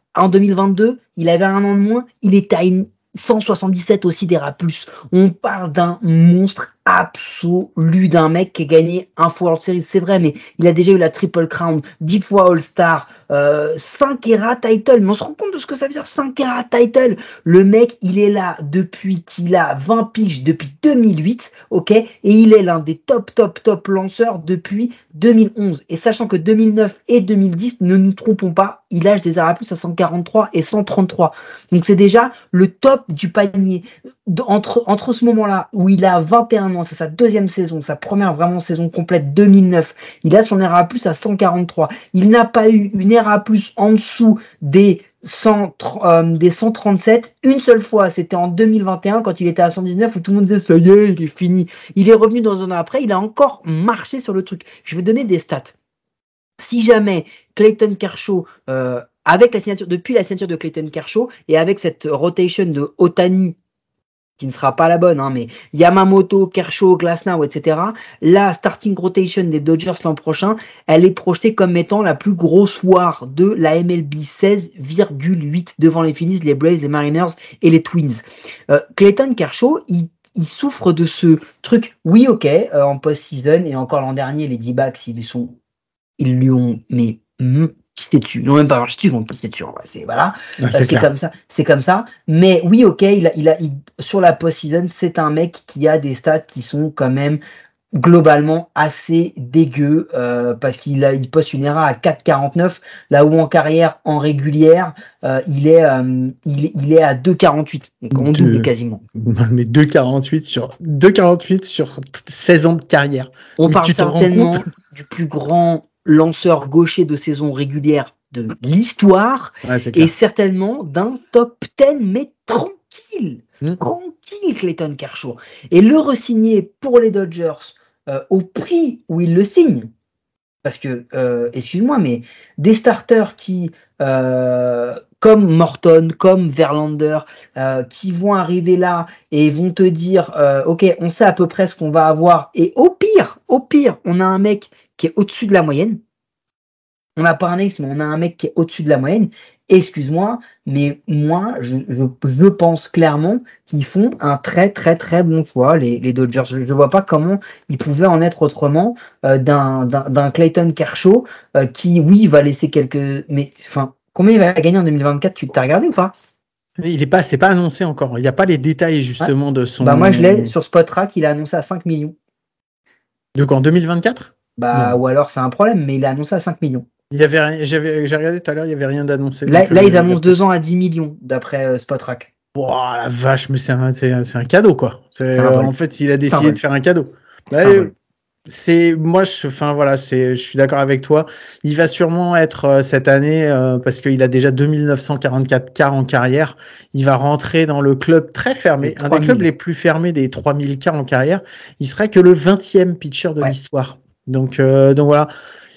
S3: en deux mille vingt-deux, il avait un an de moins, il était à une cent soixante-dix-sept aussi des rats plus. On parle d'un monstre absolu, d'un mec qui a gagné un fois World Series, c'est vrai, mais il a déjà eu la Triple Crown, dix fois All-Star, euh, cinq E R A title, mais on se rend compte de ce que ça veut dire, cinq E R A title. Le mec, il est là depuis qu'il a vingt piges, depuis deux mille huit, ok, et il est l'un des top, top, top lanceurs depuis deux mille onze. Et sachant que deux mille neuf et deux mille dix, ne nous trompons pas, il lâche des E R A plus à cent quarante-trois et cent trente-trois. Donc c'est déjà le top du panier. Entre, entre ce moment-là, où il a vingt et un ans, c'est sa deuxième saison, sa première vraiment saison complète, deux mille neuf, il a son E R A plus à cent quarante-trois. Il n'a pas eu une E R A plus en dessous des, cent, euh, des cent trente-sept une seule fois, c'était en deux mille vingt et un, quand il était à cent dix-neuf, où tout le monde disait, ça y est, il est fini. Il est revenu dans un an après, il a encore marché sur le truc. Je vais donner des stats. Si jamais Clayton Kershaw, euh, avec la signature, depuis la signature de Clayton Kershaw, et avec cette rotation de Ohtani, qui ne sera pas la bonne, hein, mais Yamamoto, Kershaw, Glasnow, et cetera, la starting rotation des Dodgers l'an prochain, elle est projetée comme étant la plus grosse war de la M L B, seize virgule huit devant les Phillies, les Braves, les Mariners et les Twins. Euh, Clayton Kershaw, il il souffre de ce truc, oui ok, euh, en post-season, et encore l'an dernier, les D-backs, ils, sont, ils lui ont mais, pissé dessus, ils n'ont même pas marché dessus, ils vont pisser dessus, c'est, voilà,
S1: ah,
S3: c'est, euh, c'est comme ça, c'est comme ça, mais oui ok, il a, il a, il, sur la post-season, c'est un mec qui a des stats qui sont quand même globalement assez dégueu, euh, parce qu'il a, il poste une E R A à quatre virgule quarante-neuf, là où en carrière, en régulière, euh, il est, euh, il, il est à deux virgule quarante-huit, donc on double quasiment.
S1: Mais deux virgule quarante-huit sur, deux virgule quarante-huit sur seize ans de carrière.
S3: On
S1: mais
S3: parle certainement du plus grand lanceur gaucher de saison régulière de l'histoire,
S1: ouais,
S3: et certainement d'un top dix, mais tranquille, mmh. tranquille Clayton Kershaw. Et le re-signer pour les Dodgers, Euh, au prix où il le signe, parce que, euh, excuse-moi, mais des starters qui, euh, comme Morton, comme Verlander, euh, qui vont arriver là et vont te dire, euh, ok, on sait à peu près ce qu'on va avoir, et au pire, au pire, on a un mec qui est au-dessus de la moyenne. On n'a pas un ex, mais on a un mec qui est au-dessus de la moyenne. Excuse-moi, mais moi, je, je, je pense clairement qu'ils font un très très très bon choix, les, les Dodgers. Je ne vois pas comment ils pouvaient en être autrement euh, d'un, d'un, d'un Clayton Kershaw euh, qui, oui, va laisser quelques... Mais enfin, combien il va gagner en deux mille vingt-quatre? Tu t'as regardé ou pas?
S1: Il est pas, c'est pas annoncé encore. Il n'y a pas les détails justement ouais. de son...
S3: Bah moi, je l'ai sur Spotrac, il a annoncé à cinq millions.
S1: Donc en deux mille vingt-quatre?
S3: Bah, non. Ou alors c'est un problème, mais il a annoncé à cinq millions.
S1: Il y avait, j'avais, j'ai regardé tout à l'heure, il n'y avait rien d'annoncé.
S3: Là, là ils annoncent deux ans à dix millions, d'après euh, Spotrac.
S1: Wow, la vache, mais c'est un, c'est un, c'est un cadeau, quoi. C'est, c'est euh, en fait, il a décidé de faire un cadeau.
S3: C'est,
S1: Là, c'est moi, je, enfin voilà, c'est, je suis d'accord avec toi. Il va sûrement être euh, cette année euh, parce qu'il a déjà deux mille neuf cent quarante-quatre K en carrière. Il va rentrer dans le club très fermé, un des clubs les plus fermés des trois mille K en carrière. Il serait que le vingtième pitcher de ouais. l'histoire. Donc, euh, donc voilà.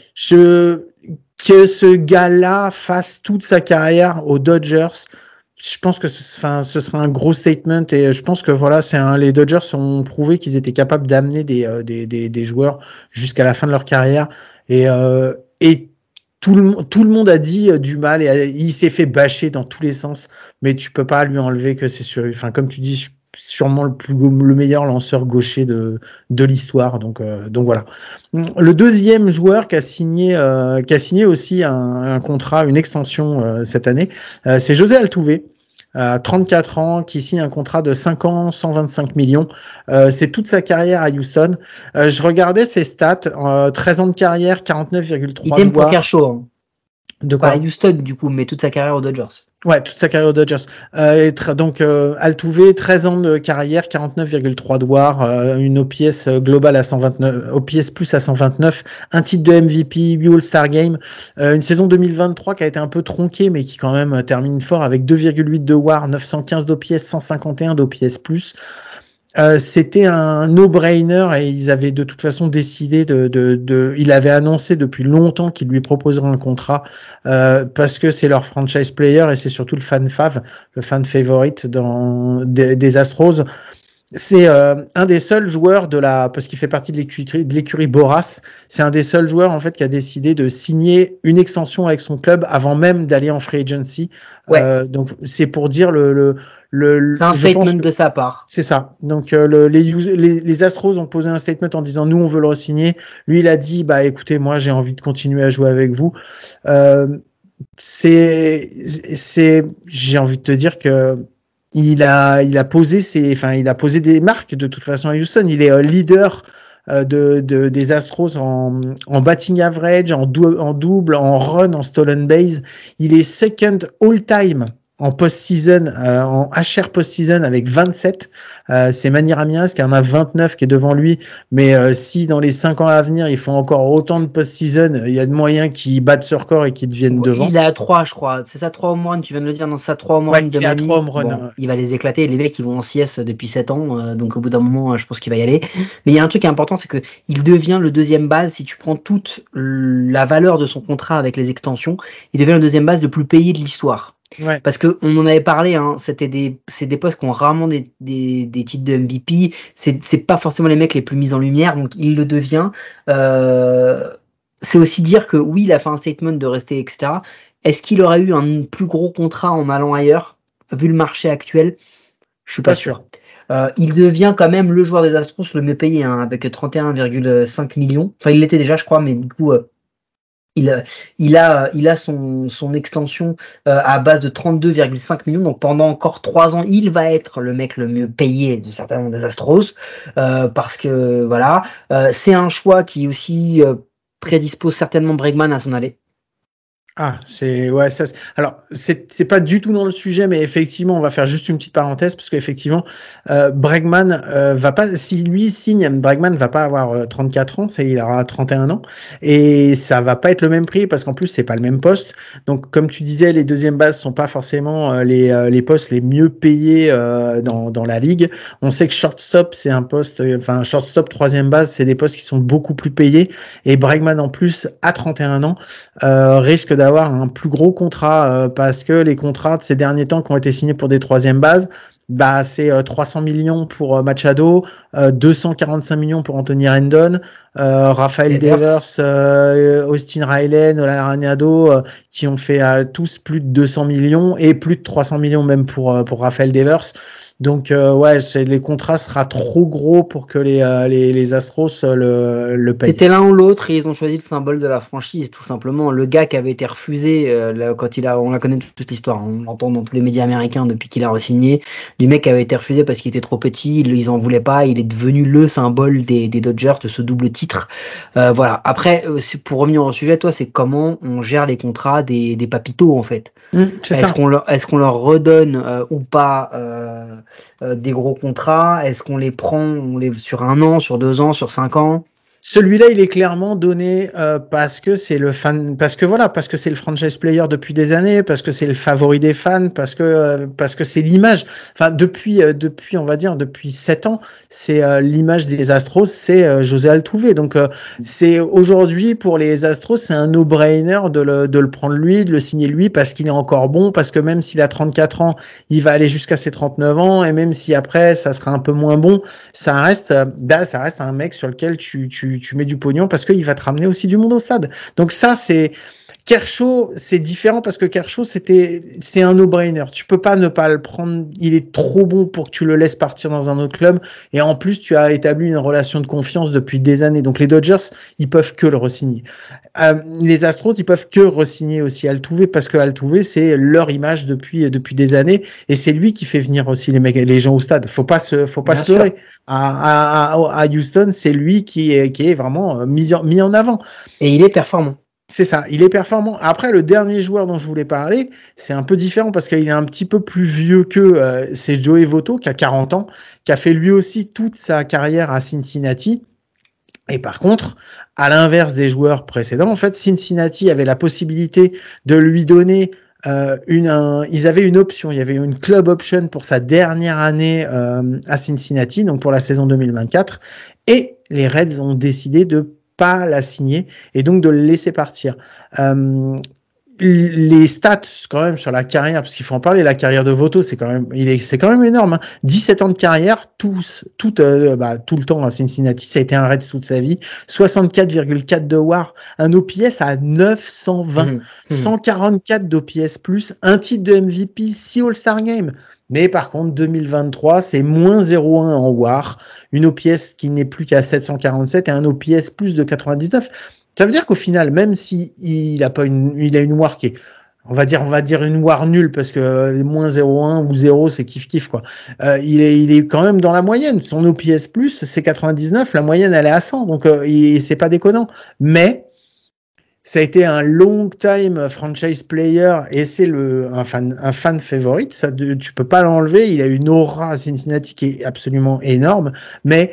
S1: Je que ce gars-là fasse toute sa carrière aux Dodgers, je pense que ce, enfin, ce sera un gros statement et je pense que voilà, c'est un, les Dodgers ont prouvé qu'ils étaient capables d'amener des, euh, des, des, des joueurs jusqu'à la fin de leur carrière et, euh, et tout le, tout le monde a dit euh, du mal et a, il s'est fait bâcher dans tous les sens, mais tu peux pas lui enlever que c'est sur, enfin, comme tu dis, sûrement le plus le meilleur lanceur gaucher de de l'histoire, donc euh, donc voilà. Le deuxième joueur qui a signé euh, qui a signé aussi un, un contrat, une extension euh, cette année, euh, c'est José Altuve, à trente-quatre ans, qui signe un contrat de cinq ans, cent vingt-cinq millions. Euh, c'est toute sa carrière à Houston. Euh, je regardais ses stats, euh, treize ans de carrière, quarante-neuf virgule trois.
S3: Idem pour Kershaw. Hein.
S1: De quoi?
S3: Pas à Houston du coup, mais toute sa carrière aux Dodgers.
S1: Ouais, toute sa carrière aux Dodgers. Euh, et tra- donc euh, Altuve, treize ans de carrière, quarante-neuf virgule trois de W A R, euh, une O P S globale à cent vingt-neuf, O P S plus à cent vingt-neuf, un titre de M V P, huit All-Star Game, euh, une saison deux mille vingt-trois qui a été un peu tronquée, mais qui quand même euh, termine fort avec deux virgule huit de W A R, neuf cent quinze d'O P S, cent cinquante et un d'O P S plus. Euh, c'était un no-brainer et ils avaient de toute façon décidé de, de, de il avait annoncé depuis longtemps qu'ils lui proposeraient un contrat euh, parce que c'est leur franchise player et c'est surtout le fan fav, le fan favorite dans des, des Astros. c'est euh, un des seuls joueurs de la, parce qu'il fait partie de l'écurie, de l'écurie Boras, c'est un des seuls joueurs en fait qui a décidé de signer une extension avec son club avant même d'aller en free agency.
S3: Ouais.
S1: Euh, donc c'est pour dire le le le.
S3: C'est un statement de sa part.
S1: C'est ça. Donc euh, le, les, les les Astros ont posé un statement en disant nous on veut le re-signer. Lui il a dit bah écoutez moi j'ai envie de continuer à jouer avec vous. Euh, c'est c'est j'ai envie de te dire que Il a, il a posé ses, enfin, il a posé des marques de toute façon à Houston. Il est euh, leader euh, de, de, des Astros en, en batting average, en, dou- en double, en run, en stolen base. Il est second all-time en post-season, euh, en H R post-season avec vingt-sept. Euh, c'est Manny Ramirez qui en a vingt-neuf qui est devant lui. Mais euh, si dans les cinq ans à venir, ils font encore autant de post-season, il y a de moyens qu'ils battent ce record et qu'ils deviennent
S3: Ouais,
S1: devant.
S3: Il est à trois, je crois. C'est ça, trois home run, tu viens de le dire, non, c'est ça, trois home run
S1: Ouais,
S3: de
S1: il est à
S3: Manny.
S1: trois home run,
S3: Bon,
S1: ouais.
S3: il va les éclater. Les mecs, ils vont en C S depuis sept ans, euh, donc au bout d'un moment, euh, je pense qu'il va y aller. Mais il y a un truc important, c'est que il devient le deuxième base. Si tu prends toute la valeur de son contrat avec les extensions, il devient le deuxième base le plus payé de l'histoire.
S1: Ouais.
S3: Parce que on en avait parlé, hein, c'était des, c'est des postes qui ont rarement des, des, des titres de M V P. C'est, c'est pas forcément les mecs les plus mis en lumière, donc il le devient. Euh, c'est aussi dire que oui, il a fait un statement de rester, et cetera. Est-ce qu'il aurait eu un plus gros contrat en allant ailleurs, vu le marché actuel? Je suis pas, pas sûr. sûr. Euh, il devient quand même le joueur des Astros le mieux payé, hein, avec trente et un virgule cinq millions. Enfin, il l'était déjà, je crois, mais du coup. Euh, Il, il a, il a son, son extension euh, à base de trente-deux virgule cinq millions. Donc pendant encore trois ans, il va être le mec le mieux payé de certainement des Astros, euh, parce que voilà, euh, c'est un choix qui aussi euh, prédispose certainement Bregman à s'en aller.
S1: Ah, c'est ouais, ça. Alors, c'est c'est pas du tout dans le sujet, mais effectivement, on va faire juste une petite parenthèse parce qu'effectivement, euh, Bregman euh, va pas. Si lui signe, Bregman va pas avoir euh, trente-quatre ans, ça, il aura trente et un ans, et ça va pas être le même prix parce qu'en plus, c'est pas le même poste. Donc, comme tu disais, les deuxièmes bases sont pas forcément euh, les euh, les postes les mieux payés euh, dans dans la ligue. On sait que shortstop, c'est un poste, enfin euh, shortstop troisième base, c'est des postes qui sont beaucoup plus payés. Et Bregman en plus, à trente et un ans, euh, risque de d'avoir un plus gros contrat euh, parce que les contrats de ces derniers temps qui ont été signés pour des troisième bases, bah c'est euh, trois cents millions pour euh, Machado, euh, deux cent quarante-cinq millions pour Anthony Rendon, euh, Rafael Devers, euh, Austin Riley, Nolan Arenado, euh, qui ont fait euh, tous plus de deux cents millions et plus de trois cents millions même pour euh, pour Rafael Devers. Donc euh, ouais, c'est, les contrats sera trop gros pour que les euh, les, les Astros euh, le, le payent.
S3: C'était l'un ou l'autre et ils ont choisi le symbole de la franchise, tout simplement. Le gars qui avait été refusé, euh, là, quand il a, on la connaît toute l'histoire, on l'entend dans tous les médias américains depuis qu'il a re-signé. Du mec qui avait été refusé parce qu'il était trop petit, ils en voulaient pas, il est devenu le symbole des, des Dodgers de ce double titre. Euh, voilà. Après, euh, c'est, pour revenir au sujet, toi, c'est comment on gère les contrats des, des papitos en fait.
S1: Mmh, c'est
S3: est-ce
S1: ça.
S3: qu'on leur, est-ce qu'on leur redonne euh, ou pas euh, euh, des gros contrats? Est-ce qu'on les prend on les, sur un an, sur deux ans, sur cinq ans?
S1: Celui-là, il est clairement donné euh, parce que c'est le fan, parce que voilà, parce que c'est le franchise player depuis des années, parce que c'est le favori des fans, parce que euh, parce que c'est l'image. Enfin, depuis euh, depuis on va dire depuis sept ans, c'est euh, l'image des Astros, c'est euh, José Altuve. Donc euh, c'est aujourd'hui pour les Astros, c'est un no-brainer de le de le prendre lui, de le signer lui, parce qu'il est encore bon, parce que même s'il a trente-quatre ans, il va aller jusqu'à ses trente-neuf ans, et même si après ça sera un peu moins bon, ça reste bah, ça reste un mec sur lequel tu tu tu mets du pognon parce qu'il va te ramener aussi du monde au stade. Donc ça, c'est Kershaw, c'est différent parce que Kershaw, c'était, c'est un no-brainer. Tu peux pas ne pas le prendre. Il est trop bon pour que tu le laisses partir dans un autre club. Et en plus, tu as établi une relation de confiance depuis des années. Donc les Dodgers, ils peuvent que le re-signer. Euh, les Astros, ils peuvent que re-signer aussi Altuve parce que Altuve, c'est leur image depuis depuis des années et c'est lui qui fait venir aussi les mecs, les gens au stade. Faut pas se, faut pas Bien se leurrer. À, à, à Houston, c'est lui qui est qui est vraiment mis en, mis en avant.
S3: Et il est performant.
S1: C'est ça, il est performant. Après, le dernier joueur dont je voulais parler, c'est un peu différent parce qu'il est un petit peu plus vieux que euh, c'est Joey Votto qui a quarante ans, qui a fait lui aussi toute sa carrière à Cincinnati. Et par contre, à l'inverse des joueurs précédents, en fait, Cincinnati avait la possibilité de lui donner euh, une, un, ils avaient une option, il y avait une club option pour sa dernière année euh, à Cincinnati, donc pour la saison deux mille vingt-quatre, et les Reds ont décidé de pas la signer et donc de le laisser partir. Euh, les stats quand même sur la carrière, parce qu'il faut en parler, la carrière de Votto, c'est quand même, il est, c'est quand même énorme. Hein. dix-sept ans de carrière, tous, tout, euh, bah, tout le temps à Cincinnati, ça a été un Reds toute sa vie. soixante-quatre virgule quatre de W A R, un O P S à neuf cent vingt, mmh, mmh. cent quarante-quatre d'O P S plus, un titre de M V P, six All-Star Games. Mais par contre, deux mille vingt-trois, c'est moins zéro virgule un en W A R, une O P S qui n'est plus qu'à sept cent quarante-sept et un O P S plus de quatre-vingt-dix-neuf. Ça veut dire qu'au final, même si il a pas une, il a une W A R qui est, on va dire, on va dire une W A R nulle parce que euh, moins zéro virgule un ou zéro, c'est kiff kiff quoi. Euh, il est, il est quand même dans la moyenne. Son O P S plus, c'est quatre-vingt-dix-neuf, la moyenne elle est à cent, donc euh, il, c'est pas déconnant. Mais ça a été un long time franchise player et c'est le un fan un fan favorite. Ça, tu peux pas l'enlever. Il a une aura à Cincinnati qui est absolument énorme, mais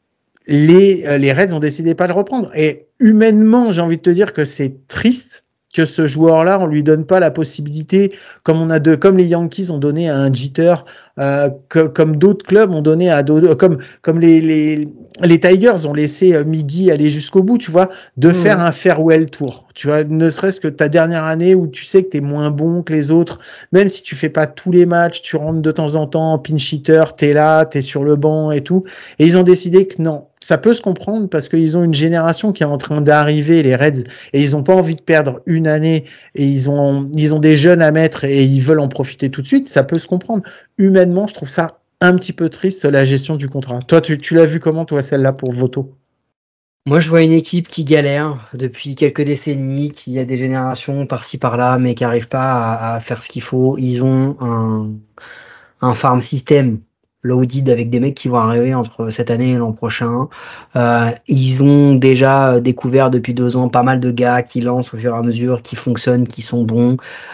S1: les les Reds ont décidé de pas le reprendre. Et humainement, j'ai envie de te dire que c'est triste que ce joueur-là, on lui donne pas la possibilité, comme on a de, comme les Yankees ont donné à un Jeter, euh, que, comme d'autres clubs ont donné à d'autres, comme comme les les les Tigers ont laissé euh, Miggy aller jusqu'au bout, tu vois, de mmh. faire un farewell tour. Tu vois, ne serait-ce que ta dernière année où tu sais que t'es moins bon que les autres, même si tu fais pas tous les matchs, tu rentres de temps en temps en pinch hitter, t'es là, t'es sur le banc et tout. Et ils ont décidé que non. Ça peut se comprendre parce qu'ils ont une génération qui est en train d'arriver, les Reds, et ils ont pas envie de perdre une année et ils ont, ils ont des jeunes à mettre et ils veulent en profiter tout de suite. Ça peut se comprendre. Humainement, je trouve ça un petit peu triste, la gestion du contrat. Toi, tu, tu l'as vu comment, toi, celle-là pour Votto?
S3: Moi, je vois une équipe qui galère depuis quelques décennies, qui a des générations par-ci par-là, mais qui n'arrivent pas à, à faire ce qu'il faut. Ils ont un, un farm system loaded avec des mecs qui vont arriver entre cette année et l'an prochain. Euh, ils ont déjà découvert depuis deux ans pas mal de gars qui lancent au fur et à mesure, qui fonctionnent, qui sont bons.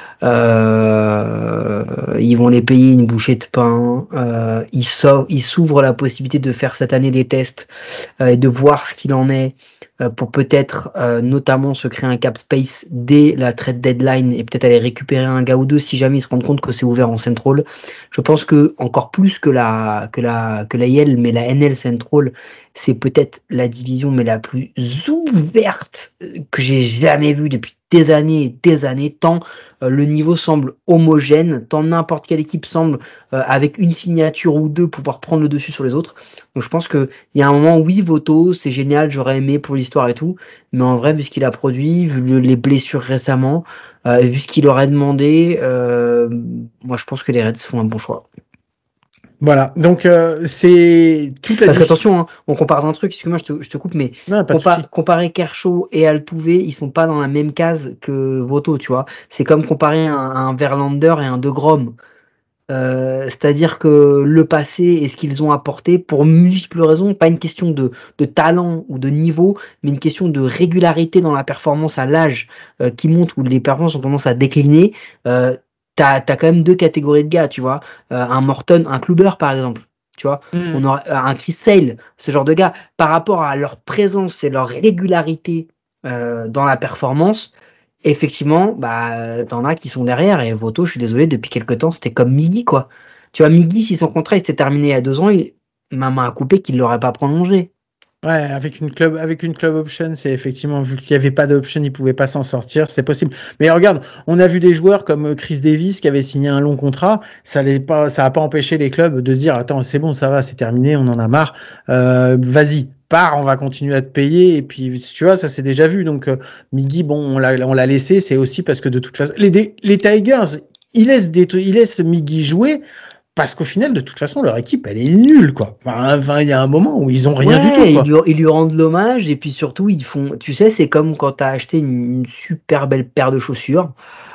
S3: Euh, ils vont les payer une bouchée de pain. Euh, ils, so- ils s'ouvrent la possibilité de faire cette année des tests euh, et de voir ce qu'il en est euh, pour peut-être euh, notamment se créer un cap space dès la trade deadline et peut-être aller récupérer un gars ou deux si jamais ils se rendent compte que c'est ouvert en Central. Je pense que encore plus que la que la que la I L, mais la N L Central, c'est peut-être la division mais la plus ouverte que j'ai jamais vue depuis des années et des années, tant euh, le niveau semble homogène, tant n'importe quelle équipe semble euh, avec une signature ou deux pouvoir prendre le dessus sur les autres. Donc je pense que il y a un moment, oui, Votto, c'est génial, j'aurais aimé pour l'histoire et tout, mais en vrai, vu ce qu'il a produit, vu les blessures récemment, euh, vu ce qu'il aurait demandé, euh, moi je pense que les Reds font un bon choix.
S1: Voilà, donc euh, c'est toute la.
S3: Parce qu'attention, hein, on compare un truc, excuse-moi, je te, je te coupe, mais non, compa- comparer Kershaw et Altuve, ils sont pas dans la même case que Votto, tu vois. C'est comme comparer un, un Verlander et un DeGrom. Euh, c'est-à-dire que le passé et ce qu'ils ont apporté, pour multiples raisons, pas une question de, de talent ou de niveau, mais une question de régularité dans la performance à l'âge euh, qui monte, où les performances ont tendance à décliner. Euh, T'as, t'as quand même deux catégories de gars, tu vois. Euh, un Morton, un Kluber, par exemple. Tu vois, mmh. on aura un Chris Sale, ce genre de gars, par rapport à leur présence et leur régularité euh, dans la performance, effectivement, bah, t'en as qui sont derrière. Et Votto, je suis désolé, depuis quelques temps, c'était comme Miggy, quoi. Tu vois, Miggy, si son contrat s'était terminé il y a deux ans, il... ma main a coupé qu'il l'aurait pas prolongé.
S1: Ouais, avec une club, avec une club option, c'est effectivement, vu qu'il n'y avait pas d'option, il pouvait pas s'en sortir, c'est possible. Mais regarde, on a vu des joueurs comme Chris Davis qui avait signé un long contrat, ça les pas, ça a pas empêché les clubs de se dire, attends, c'est bon, ça va, c'est terminé, on en a marre, euh, vas-y, pars, on va continuer à te payer, et puis, tu vois, ça c'est déjà vu, donc, euh, Miggy, bon, on l'a, on l'a laissé, c'est aussi parce que de toute façon, les, les Tigers, ils laissent des, ils laissent Miggy jouer, parce qu'au final, de toute façon, leur équipe, elle est nulle, quoi. Enfin, il y a un moment où ils ont rien
S3: ouais,
S1: du tout, quoi.
S3: Ils lui, ils lui rendent l'hommage, et puis surtout, ils font, tu sais, c'est comme quand t'as acheté une, une super belle paire de chaussures.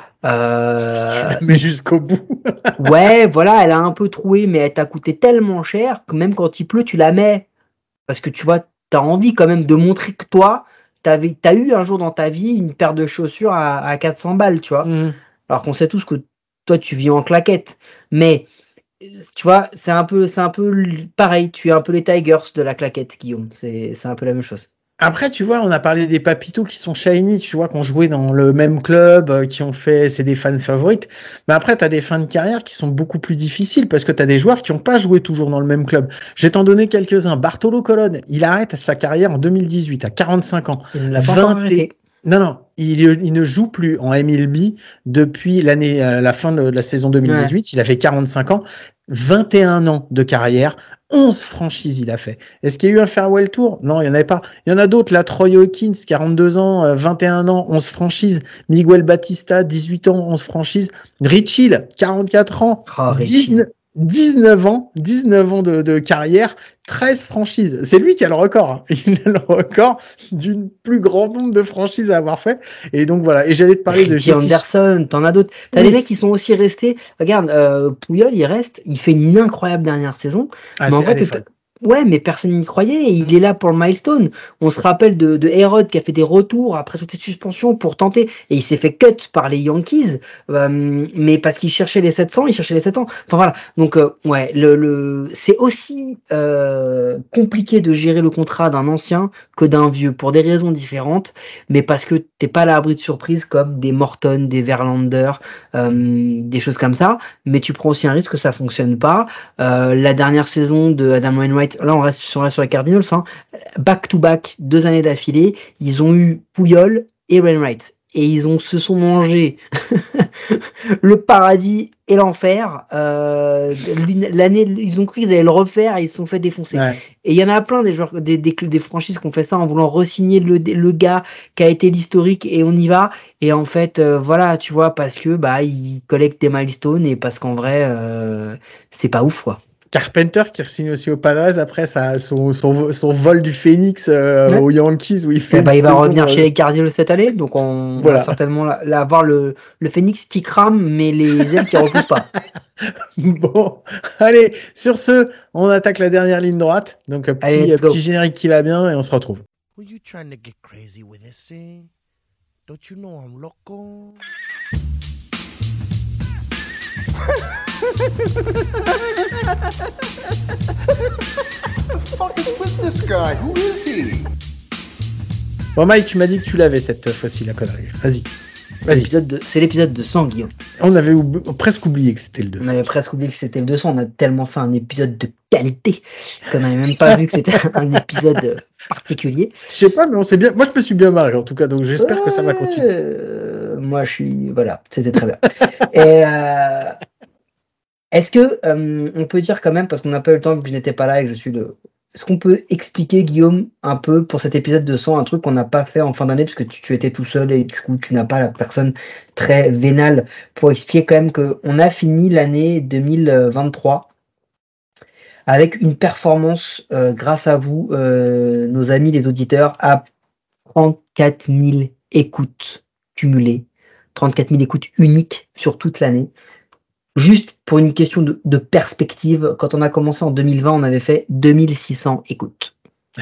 S3: Euh...
S1: Mais jusqu'au bout.
S3: Ouais, voilà, elle a un peu troué, mais elle t'a coûté tellement cher que même quand il pleut, tu la mets. Parce que tu vois, t'as envie quand même de montrer que toi, t'avais, t'as eu un jour dans ta vie une paire de chaussures à, à quatre cents balles, tu vois. Mmh. Alors qu'on sait tous que toi, tu vis en claquette. Mais, tu vois, c'est un peu, c'est un peu pareil. Tu es un peu les Tigers de la claquette, Guillaume. C'est, c'est un peu la même chose.
S1: Après, tu vois, on a parlé des Papitos qui sont shiny, tu vois, qui ont joué dans le même club, euh, qui ont fait, c'est des fans favorites. Mais après, t'as des fins de carrière qui sont beaucoup plus difficiles parce que t'as des joueurs qui n'ont pas joué toujours dans le même club. Je vais t'en donner quelques-uns. Bartolo Colon, il arrête sa carrière en deux mille dix-huit à quarante-cinq ans.
S3: Il ne l'a pas encore arrêté.
S1: Non, non, il, il ne joue plus en M L B depuis l'année, euh, la fin de la saison deux mille dix-huit. Ouais. Il a fait quarante-cinq ans, vingt et un ans de carrière, onze franchises il a fait. Est-ce qu'il y a eu un farewell tour? Non, il n'y en avait pas. Il y en a d'autres, là, Troy Hawkins, quarante-deux ans, vingt et un ans, onze franchises. Miguel Batista, dix-huit ans, onze franchises. Rich Hill, quarante-quatre ans, oh, dix-neuf, dix-neuf ans, dix-neuf ans de, de carrière, treize franchises. C'est lui qui a le record. Hein. Il a le record d'une plus grand nombre de franchises à avoir fait. Et donc voilà. Et j'allais te parler
S3: Ricky
S1: de Jesse
S3: Anderson, t'en as d'autres. T'as oui. des mecs qui sont aussi restés. Regarde, euh, Puyol, il reste, il fait une incroyable dernière saison.
S1: Ah,
S3: mais en fait, ouais, mais personne n'y croyait. Et il est là pour le milestone. On se rappelle de, de Herod qui a fait des retours après toutes ces suspensions pour tenter. Et il s'est fait cut par les Yankees. Euh, mais parce qu'il cherchait les sept cents, il cherchait les sept cents. Enfin voilà. Donc, euh, ouais, le, le, c'est aussi euh, compliqué de gérer le contrat d'un ancien que d'un vieux pour des raisons différentes. Mais parce que t'es pas à l'abri de surprises comme des Morton, des Verlander, euh, des choses comme ça. Mais tu prends aussi un risque que ça fonctionne pas. Euh, la dernière saison de Adam Wainwright, là on reste sur, sur les Cardinals, hein. Back to back, deux années d'affilée, ils ont eu Puyol et Wainwright et ils ont se sont mangés le paradis et l'enfer. Euh, l'année, ils ont cru qu'ils allaient le refaire et ils se sont fait défoncer. Ouais. Et il y en a plein des joueurs, des, des, des franchises qui ont fait ça en voulant re-signer le, le gars qui a été l'historique et on y va. Et en fait, euh, voilà, tu vois, parce que bah ils collectent des milestones et parce qu'en vrai, euh, c'est pas ouf quoi.
S1: Carpenter qui signe aussi au Padres après ça, son, son, son vol du Phoenix euh, ouais. aux Yankees où il fait.
S3: Eh bah, il va revenir euh... chez les Cardinals cette année, donc on voilà. va certainement la, la, avoir le, le Phoenix qui crame, mais les ailes qui repoussent pas.
S1: Bon, allez, sur ce, on attaque la dernière ligne droite, donc un petit, allez, petit générique qui va bien et on se retrouve. Were you trying to get crazy with this thing? Don't you know I'm loco?
S4: What the fuck is with this guy? Who is he?
S1: Bon Mike, tu m'as dit que tu l'avais cette fois-ci la connerie. Vas-y.
S3: C'est l'épisode de, c'est l'épisode deux cents, Guillaume.
S1: On avait oub... presque oublié que c'était le deux cents.
S3: On avait presque oublié que c'était le deux cents. On a tellement fait un épisode de qualité qu'on n'avait même pas vu que c'était un épisode particulier.
S1: Je sais pas, mais on s'est bien. Moi, je me suis bien marré en tout cas, donc j'espère euh... que ça va continuer.
S3: Euh... Moi, je suis. Voilà, c'était très bien. Et euh... est-ce que euh, on peut dire quand même, parce qu'on n'a pas eu le temps vu que je n'étais pas là et que je suis le. Est-ce qu'on peut expliquer, Guillaume, un peu pour cet épisode deux cents, un truc qu'on n'a pas fait en fin d'année, parce que tu, tu étais tout seul et du coup tu n'as pas la personne très vénale pour expliquer quand même qu'on a fini l'année deux mille vingt-trois avec une performance, euh, grâce à vous, euh, nos amis les auditeurs, à trente-quatre mille écoutes cumulées, trente-quatre mille écoutes uniques sur toute l'année. Juste pour une question de, de perspective, quand on a commencé en deux mille vingt, on avait fait deux mille six cents écoutes.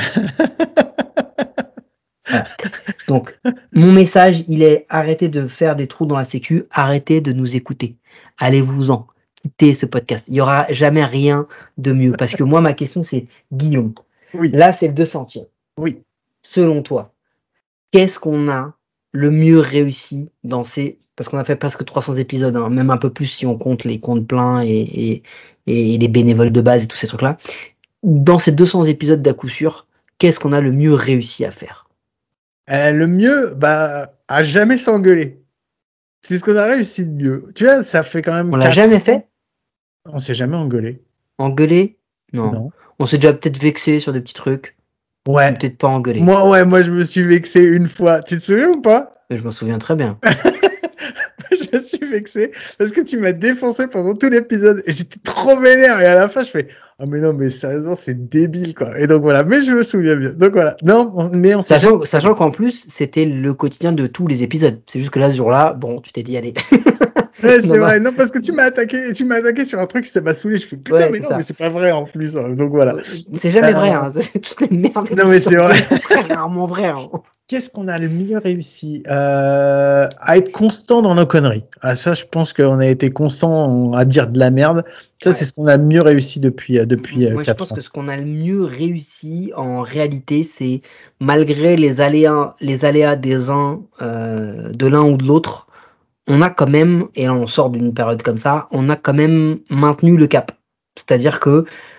S3: Voilà. Donc, mon message, il est arrêtez de faire des trous dans la sécu, arrêtez de nous écouter. Allez-vous-en, quittez ce podcast. Il n'y aura jamais rien de mieux. Parce que moi, ma question, c'est Guillaume.
S1: Oui.
S3: Là, c'est le deux centième.
S1: Oui.
S3: Selon toi, qu'est-ce qu'on a le mieux réussi dans ces... Parce qu'on a fait presque trois cents épisodes, hein, même un peu plus si on compte les comptes pleins et, et, et les bénévoles de base et tous ces trucs-là. Dans ces deux cents épisodes d'à coup sûr, qu'est-ce qu'on a le mieux réussi à faire?
S1: euh, Le mieux, bah, à jamais s'engueuler. C'est ce qu'on a réussi de mieux. Tu vois, ça fait quand même...
S3: On l'a jamais fait?
S1: On s'est jamais engueulé.
S3: Engueulé? Non. non. On s'est déjà peut-être vexé sur des petits trucs.
S1: Ouais.
S3: Peut-être pas engueulé.
S1: Moi, ouais, moi, je me suis vexé une fois. Tu te souviens ou pas?
S3: Je m'en souviens très bien.
S1: Je suis vexé parce que tu m'as défoncé pendant tout l'épisode et j'étais trop vénère et à la fin je fais ah oh mais non mais sérieusement c'est débile quoi et donc voilà mais je me souviens bien donc voilà non on, mais on
S3: sachant, sachant qu'en plus c'était le quotidien de tous les épisodes, c'est juste que là ce jour-là bon tu t'es dit allez.
S1: Ouais, c'est non, vrai, non, parce que tu m'as attaqué, tu m'as attaqué sur un truc qui ça m'a saoulé. Je fais putain, ouais, mais non, ça. Mais c'est pas vrai en plus. Donc voilà.
S3: C'est jamais euh... vrai, hein. C'est toutes les merdes.
S1: Non, mais c'est vrai.
S3: C'est très rarement vrai. Hein.
S1: Qu'est-ce qu'on a le mieux réussi euh, à être constant dans nos conneries. Ah, ça, je pense qu'on a été constant à dire de la merde. Ça, ouais. C'est ce qu'on a le mieux réussi depuis depuis
S3: Moi,
S1: quatre
S3: ans. Je pense
S1: ans.
S3: que ce qu'on a le mieux réussi en réalité, c'est malgré les aléas, les aléas des uns, euh, de l'un ou de l'autre. On a quand même, et là on sort d'une période comme ça, on a quand même maintenu le cap. C'est-à-dire que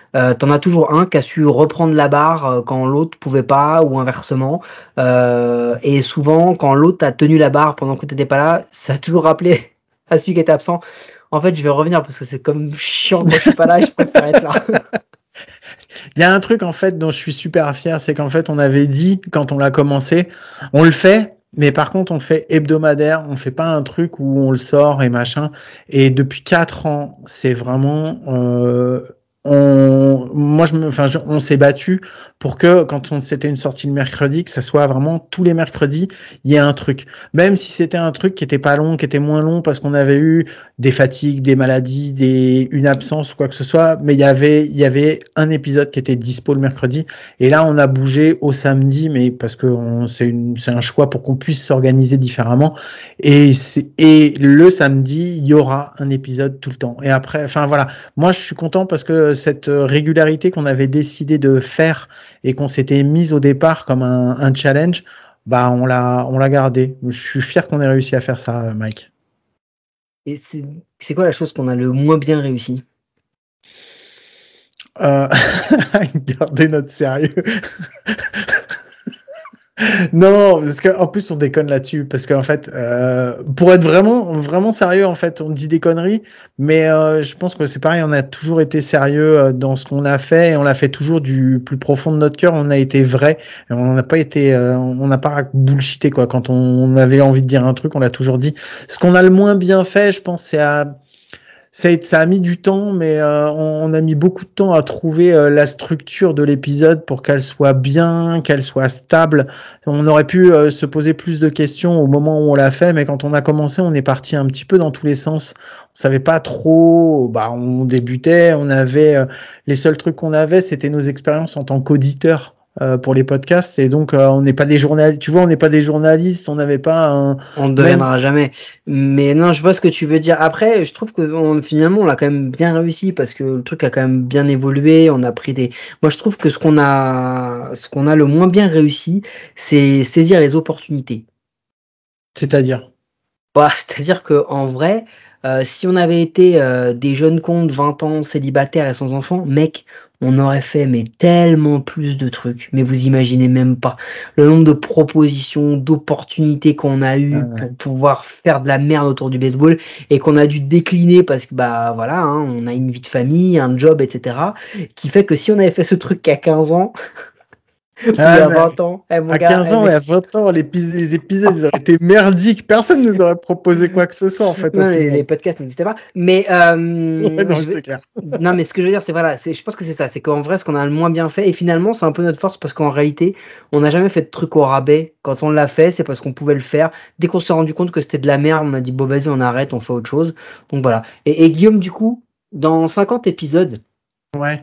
S3: euh, t'en as toujours un qui a su reprendre la barre euh, quand l'autre pouvait pas, ou inversement. Euh, et souvent, quand l'autre a tenu la barre pendant que t'étais pas là, ça a toujours rappelé à celui qui était absent. En fait, je vais revenir parce que c'est comme chiant quand je suis pas là et je préfère être là.
S1: Il y a un truc en fait dont je suis super fier, c'est qu'en fait on avait dit quand on l'a commencé, on le fait, mais par contre on le fait hebdomadaire, on fait pas un truc où on le sort et machin. Et depuis quatre ans, c'est vraiment, euh, on, moi je me, enfin je, on s'est battu pour que quand on c'était une sortie le mercredi, que ça soit vraiment tous les mercredis, il y ait un truc. Même si c'était un truc qui était pas long, qui était moins long parce qu'on avait eu des fatigues, des maladies, des une absence ou quoi que ce soit, mais il y avait il y avait un épisode qui était dispo le mercredi. Et là on a bougé au samedi, mais parce que on, c'est une c'est un choix pour qu'on puisse s'organiser différemment. Et c'est et le samedi il y aura un épisode tout le temps. Et après, enfin voilà, moi je suis content parce que cette régularité qu'on avait décidé de faire et qu'on s'était mise au départ comme un, un challenge, bah on l'a on l'a gardé. Je suis fier qu'on ait réussi à faire ça, Mike.
S3: Et c'est, c'est quoi la chose qu'on a le moins bien réussi?
S1: Euh... Garder notre sérieux. Non, parce qu'en plus on déconne là-dessus, parce qu'en fait, euh, pour être vraiment, vraiment sérieux, en fait, on dit des conneries, mais euh, je pense que c'est pareil, on a toujours été sérieux dans ce qu'on a fait, et on l'a fait toujours du plus profond de notre cœur. On a été vrai, et on n'a pas été, euh, on n'a pas bullshité quoi. Quand on, on avait envie de dire un truc, on l'a toujours dit. Ce qu'on a le moins bien fait, je pense, c'est à Ça a, ça a mis du temps, mais euh, on, on a mis beaucoup de temps à trouver euh, la structure de l'épisode pour qu'elle soit bien, qu'elle soit stable. On aurait pu euh, se poser plus de questions au moment où on l'a fait, mais quand on a commencé, on est parti un petit peu dans tous les sens. On savait pas trop. Bah, on débutait, on avait euh, les seuls trucs qu'on avait, c'était nos expériences en tant qu'auditeurs. Euh, pour les podcasts, et donc euh, on n'est pas des journalistes, tu vois, on n'est pas des journalistes, on n'avait pas un...
S3: On ne deviendra jamais. Mais non, je vois ce que tu veux dire. Après, je trouve que on, finalement, on l'a quand même bien réussi parce que le truc a quand même bien évolué. On a pris des. Moi, je trouve que ce qu'on a, ce qu'on a le moins bien réussi, c'est saisir les opportunités.
S1: C'est-à-dire
S3: Bah, c'est-à-dire que en vrai, euh, si on avait été euh, des jeunes cons de vingt ans, célibataires et sans enfants, mec, on aurait fait mais tellement plus de trucs, mais vous imaginez même pas le nombre de propositions, d'opportunités qu'on a eues
S1: ah ouais.
S3: pour pouvoir faire de la merde autour du baseball et qu'on a dû décliner parce que bah voilà, hein, on a une vie de famille, un job, et cetera. Qui fait que si on avait fait ce truc qu'à quinze ans,
S1: Ah,
S3: il y a vingt ans, eh, mon
S1: à
S3: gars,
S1: quinze ans
S3: eh,
S1: et à vingt ans, les, les épisodes ils auraient été merdiques. Personne ne nous aurait proposé quoi que ce soit en fait.
S3: non,
S1: au
S3: les,
S1: final.
S3: les podcasts n'existaient pas. Mais euh,
S1: Ouais, non,
S3: je vais-
S1: c'est clair.
S3: non, mais ce que je veux dire, c'est voilà, c'est, je pense que c'est ça, c'est qu'en vrai, ce qu'on a le moins bien fait, et finalement, c'est un peu notre force parce qu'en réalité, on n'a jamais fait de truc au rabais. Quand on l'a fait, c'est parce qu'on pouvait le faire. Dès qu'on s'est rendu compte que c'était de la merde, on a dit bon, vas-y, on arrête, on fait autre chose. Donc voilà. Et, et Guillaume, du coup, dans cinquante épisodes,
S1: Ouais.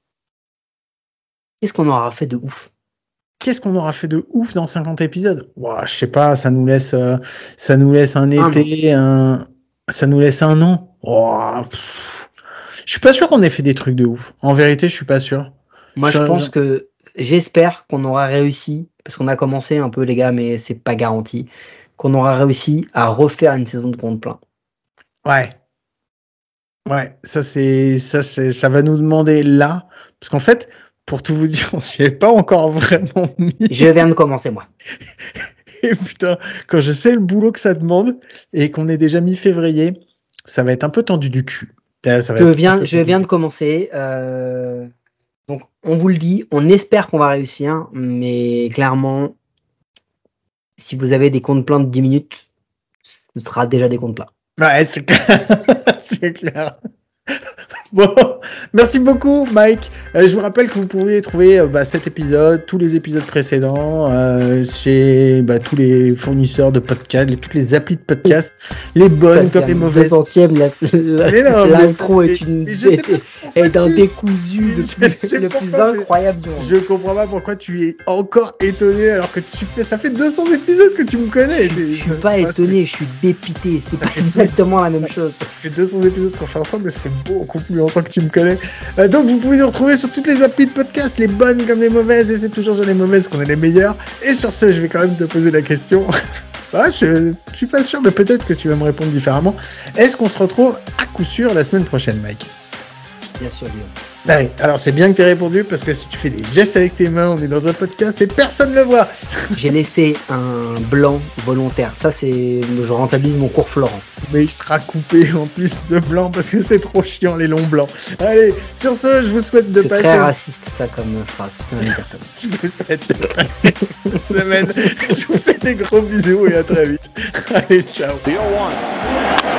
S3: qu'est-ce qu'on aura fait de ouf?
S1: Qu'est-ce qu'on aura fait de ouf dans cinquante épisodes? Ouah, je sais pas, ça nous laisse, euh, ça nous laisse un
S3: Un
S1: été, un, ça nous laisse un an. Ouah, pff. Je suis pas sûr qu'on ait fait des trucs de ouf. En vérité, je suis pas sûr.
S3: Moi, je
S1: Ça-
S3: pense
S1: ça-
S3: que j'espère qu'on aura réussi, parce qu'on a commencé un peu, les gars, mais c'est pas garanti, qu'on aura réussi à refaire une saison de compte plein.
S1: Ouais. Ouais, ça c'est, ça c'est, ça va nous demander là, parce qu'en fait, pour tout vous dire, on s'y est pas encore vraiment mis.
S3: Je viens de commencer, moi.
S1: Et putain, quand je sais le boulot que ça demande et qu'on est déjà mi-février, ça va être un peu tendu du cul. Ça va
S3: Je
S1: être un
S3: viens,
S1: peu
S3: je
S1: tendu.
S3: viens de commencer. euh, Donc, on vous le dit, on espère qu'on va réussir, mais clairement, si vous avez des comptes pleins de dix minutes, ce sera déjà des comptes pleins.
S1: Ouais, c'est clair. C'est clair. Bon, merci beaucoup, Mike. Euh, je vous rappelle que vous pouvez trouver euh, bah, cet épisode, tous les épisodes précédents, euh, chez bah, tous les fournisseurs de podcasts, les- toutes les applis de podcasts, les bonnes comme les mauvaises.
S3: centième, la, la-
S1: Mais non, mais
S3: l'intro
S1: ça-
S3: est une
S1: mais je sais pas pourquoi
S3: est un
S1: tu-
S3: décousu
S1: Je
S3: le
S1: sais
S3: plus, le plus
S1: pourquoi, mais
S3: incroyable du monde.
S1: Je comprends pas pourquoi tu es encore étonné alors que tu fais, ça fait deux cents épisodes que tu me connais.
S3: Je suis pas étonné, je suis dépité. C'est pas exactement la même chose.
S1: Ça fait deux cents épisodes qu'on fait ensemble, mais ça fait beaucoup plus longtemps que tu me connais. Euh, donc vous pouvez nous retrouver sur toutes les applis de podcast, les bonnes comme les mauvaises, et c'est toujours sur les mauvaises qu'on est les meilleurs. Et sur ce, je vais quand même te poser la question. Ah, je, je suis pas sûr, mais peut-être que tu vas me répondre différemment. Est-ce qu'on se retrouve à coup sûr la semaine prochaine, Mike?
S3: Bien sûr, Guillaume.
S1: Ouais, alors c'est bien que t'aies répondu parce que si tu fais des gestes avec tes mains, on est dans un podcast et personne ne le voit.
S3: J'ai laissé un blanc volontaire. Ça, c'est. Je rentabilise mon cours Florent.
S1: Mais il sera coupé en plus ce blanc parce que c'est trop chiant les longs blancs. Allez, sur ce, je vous souhaite de
S3: c'est
S1: passer.
S3: C'est très raciste ça comme phrase.
S1: Je vous souhaite de passer une semaine. Je vous fais des gros bisous et à très vite. Allez, ciao.
S2: The oh one.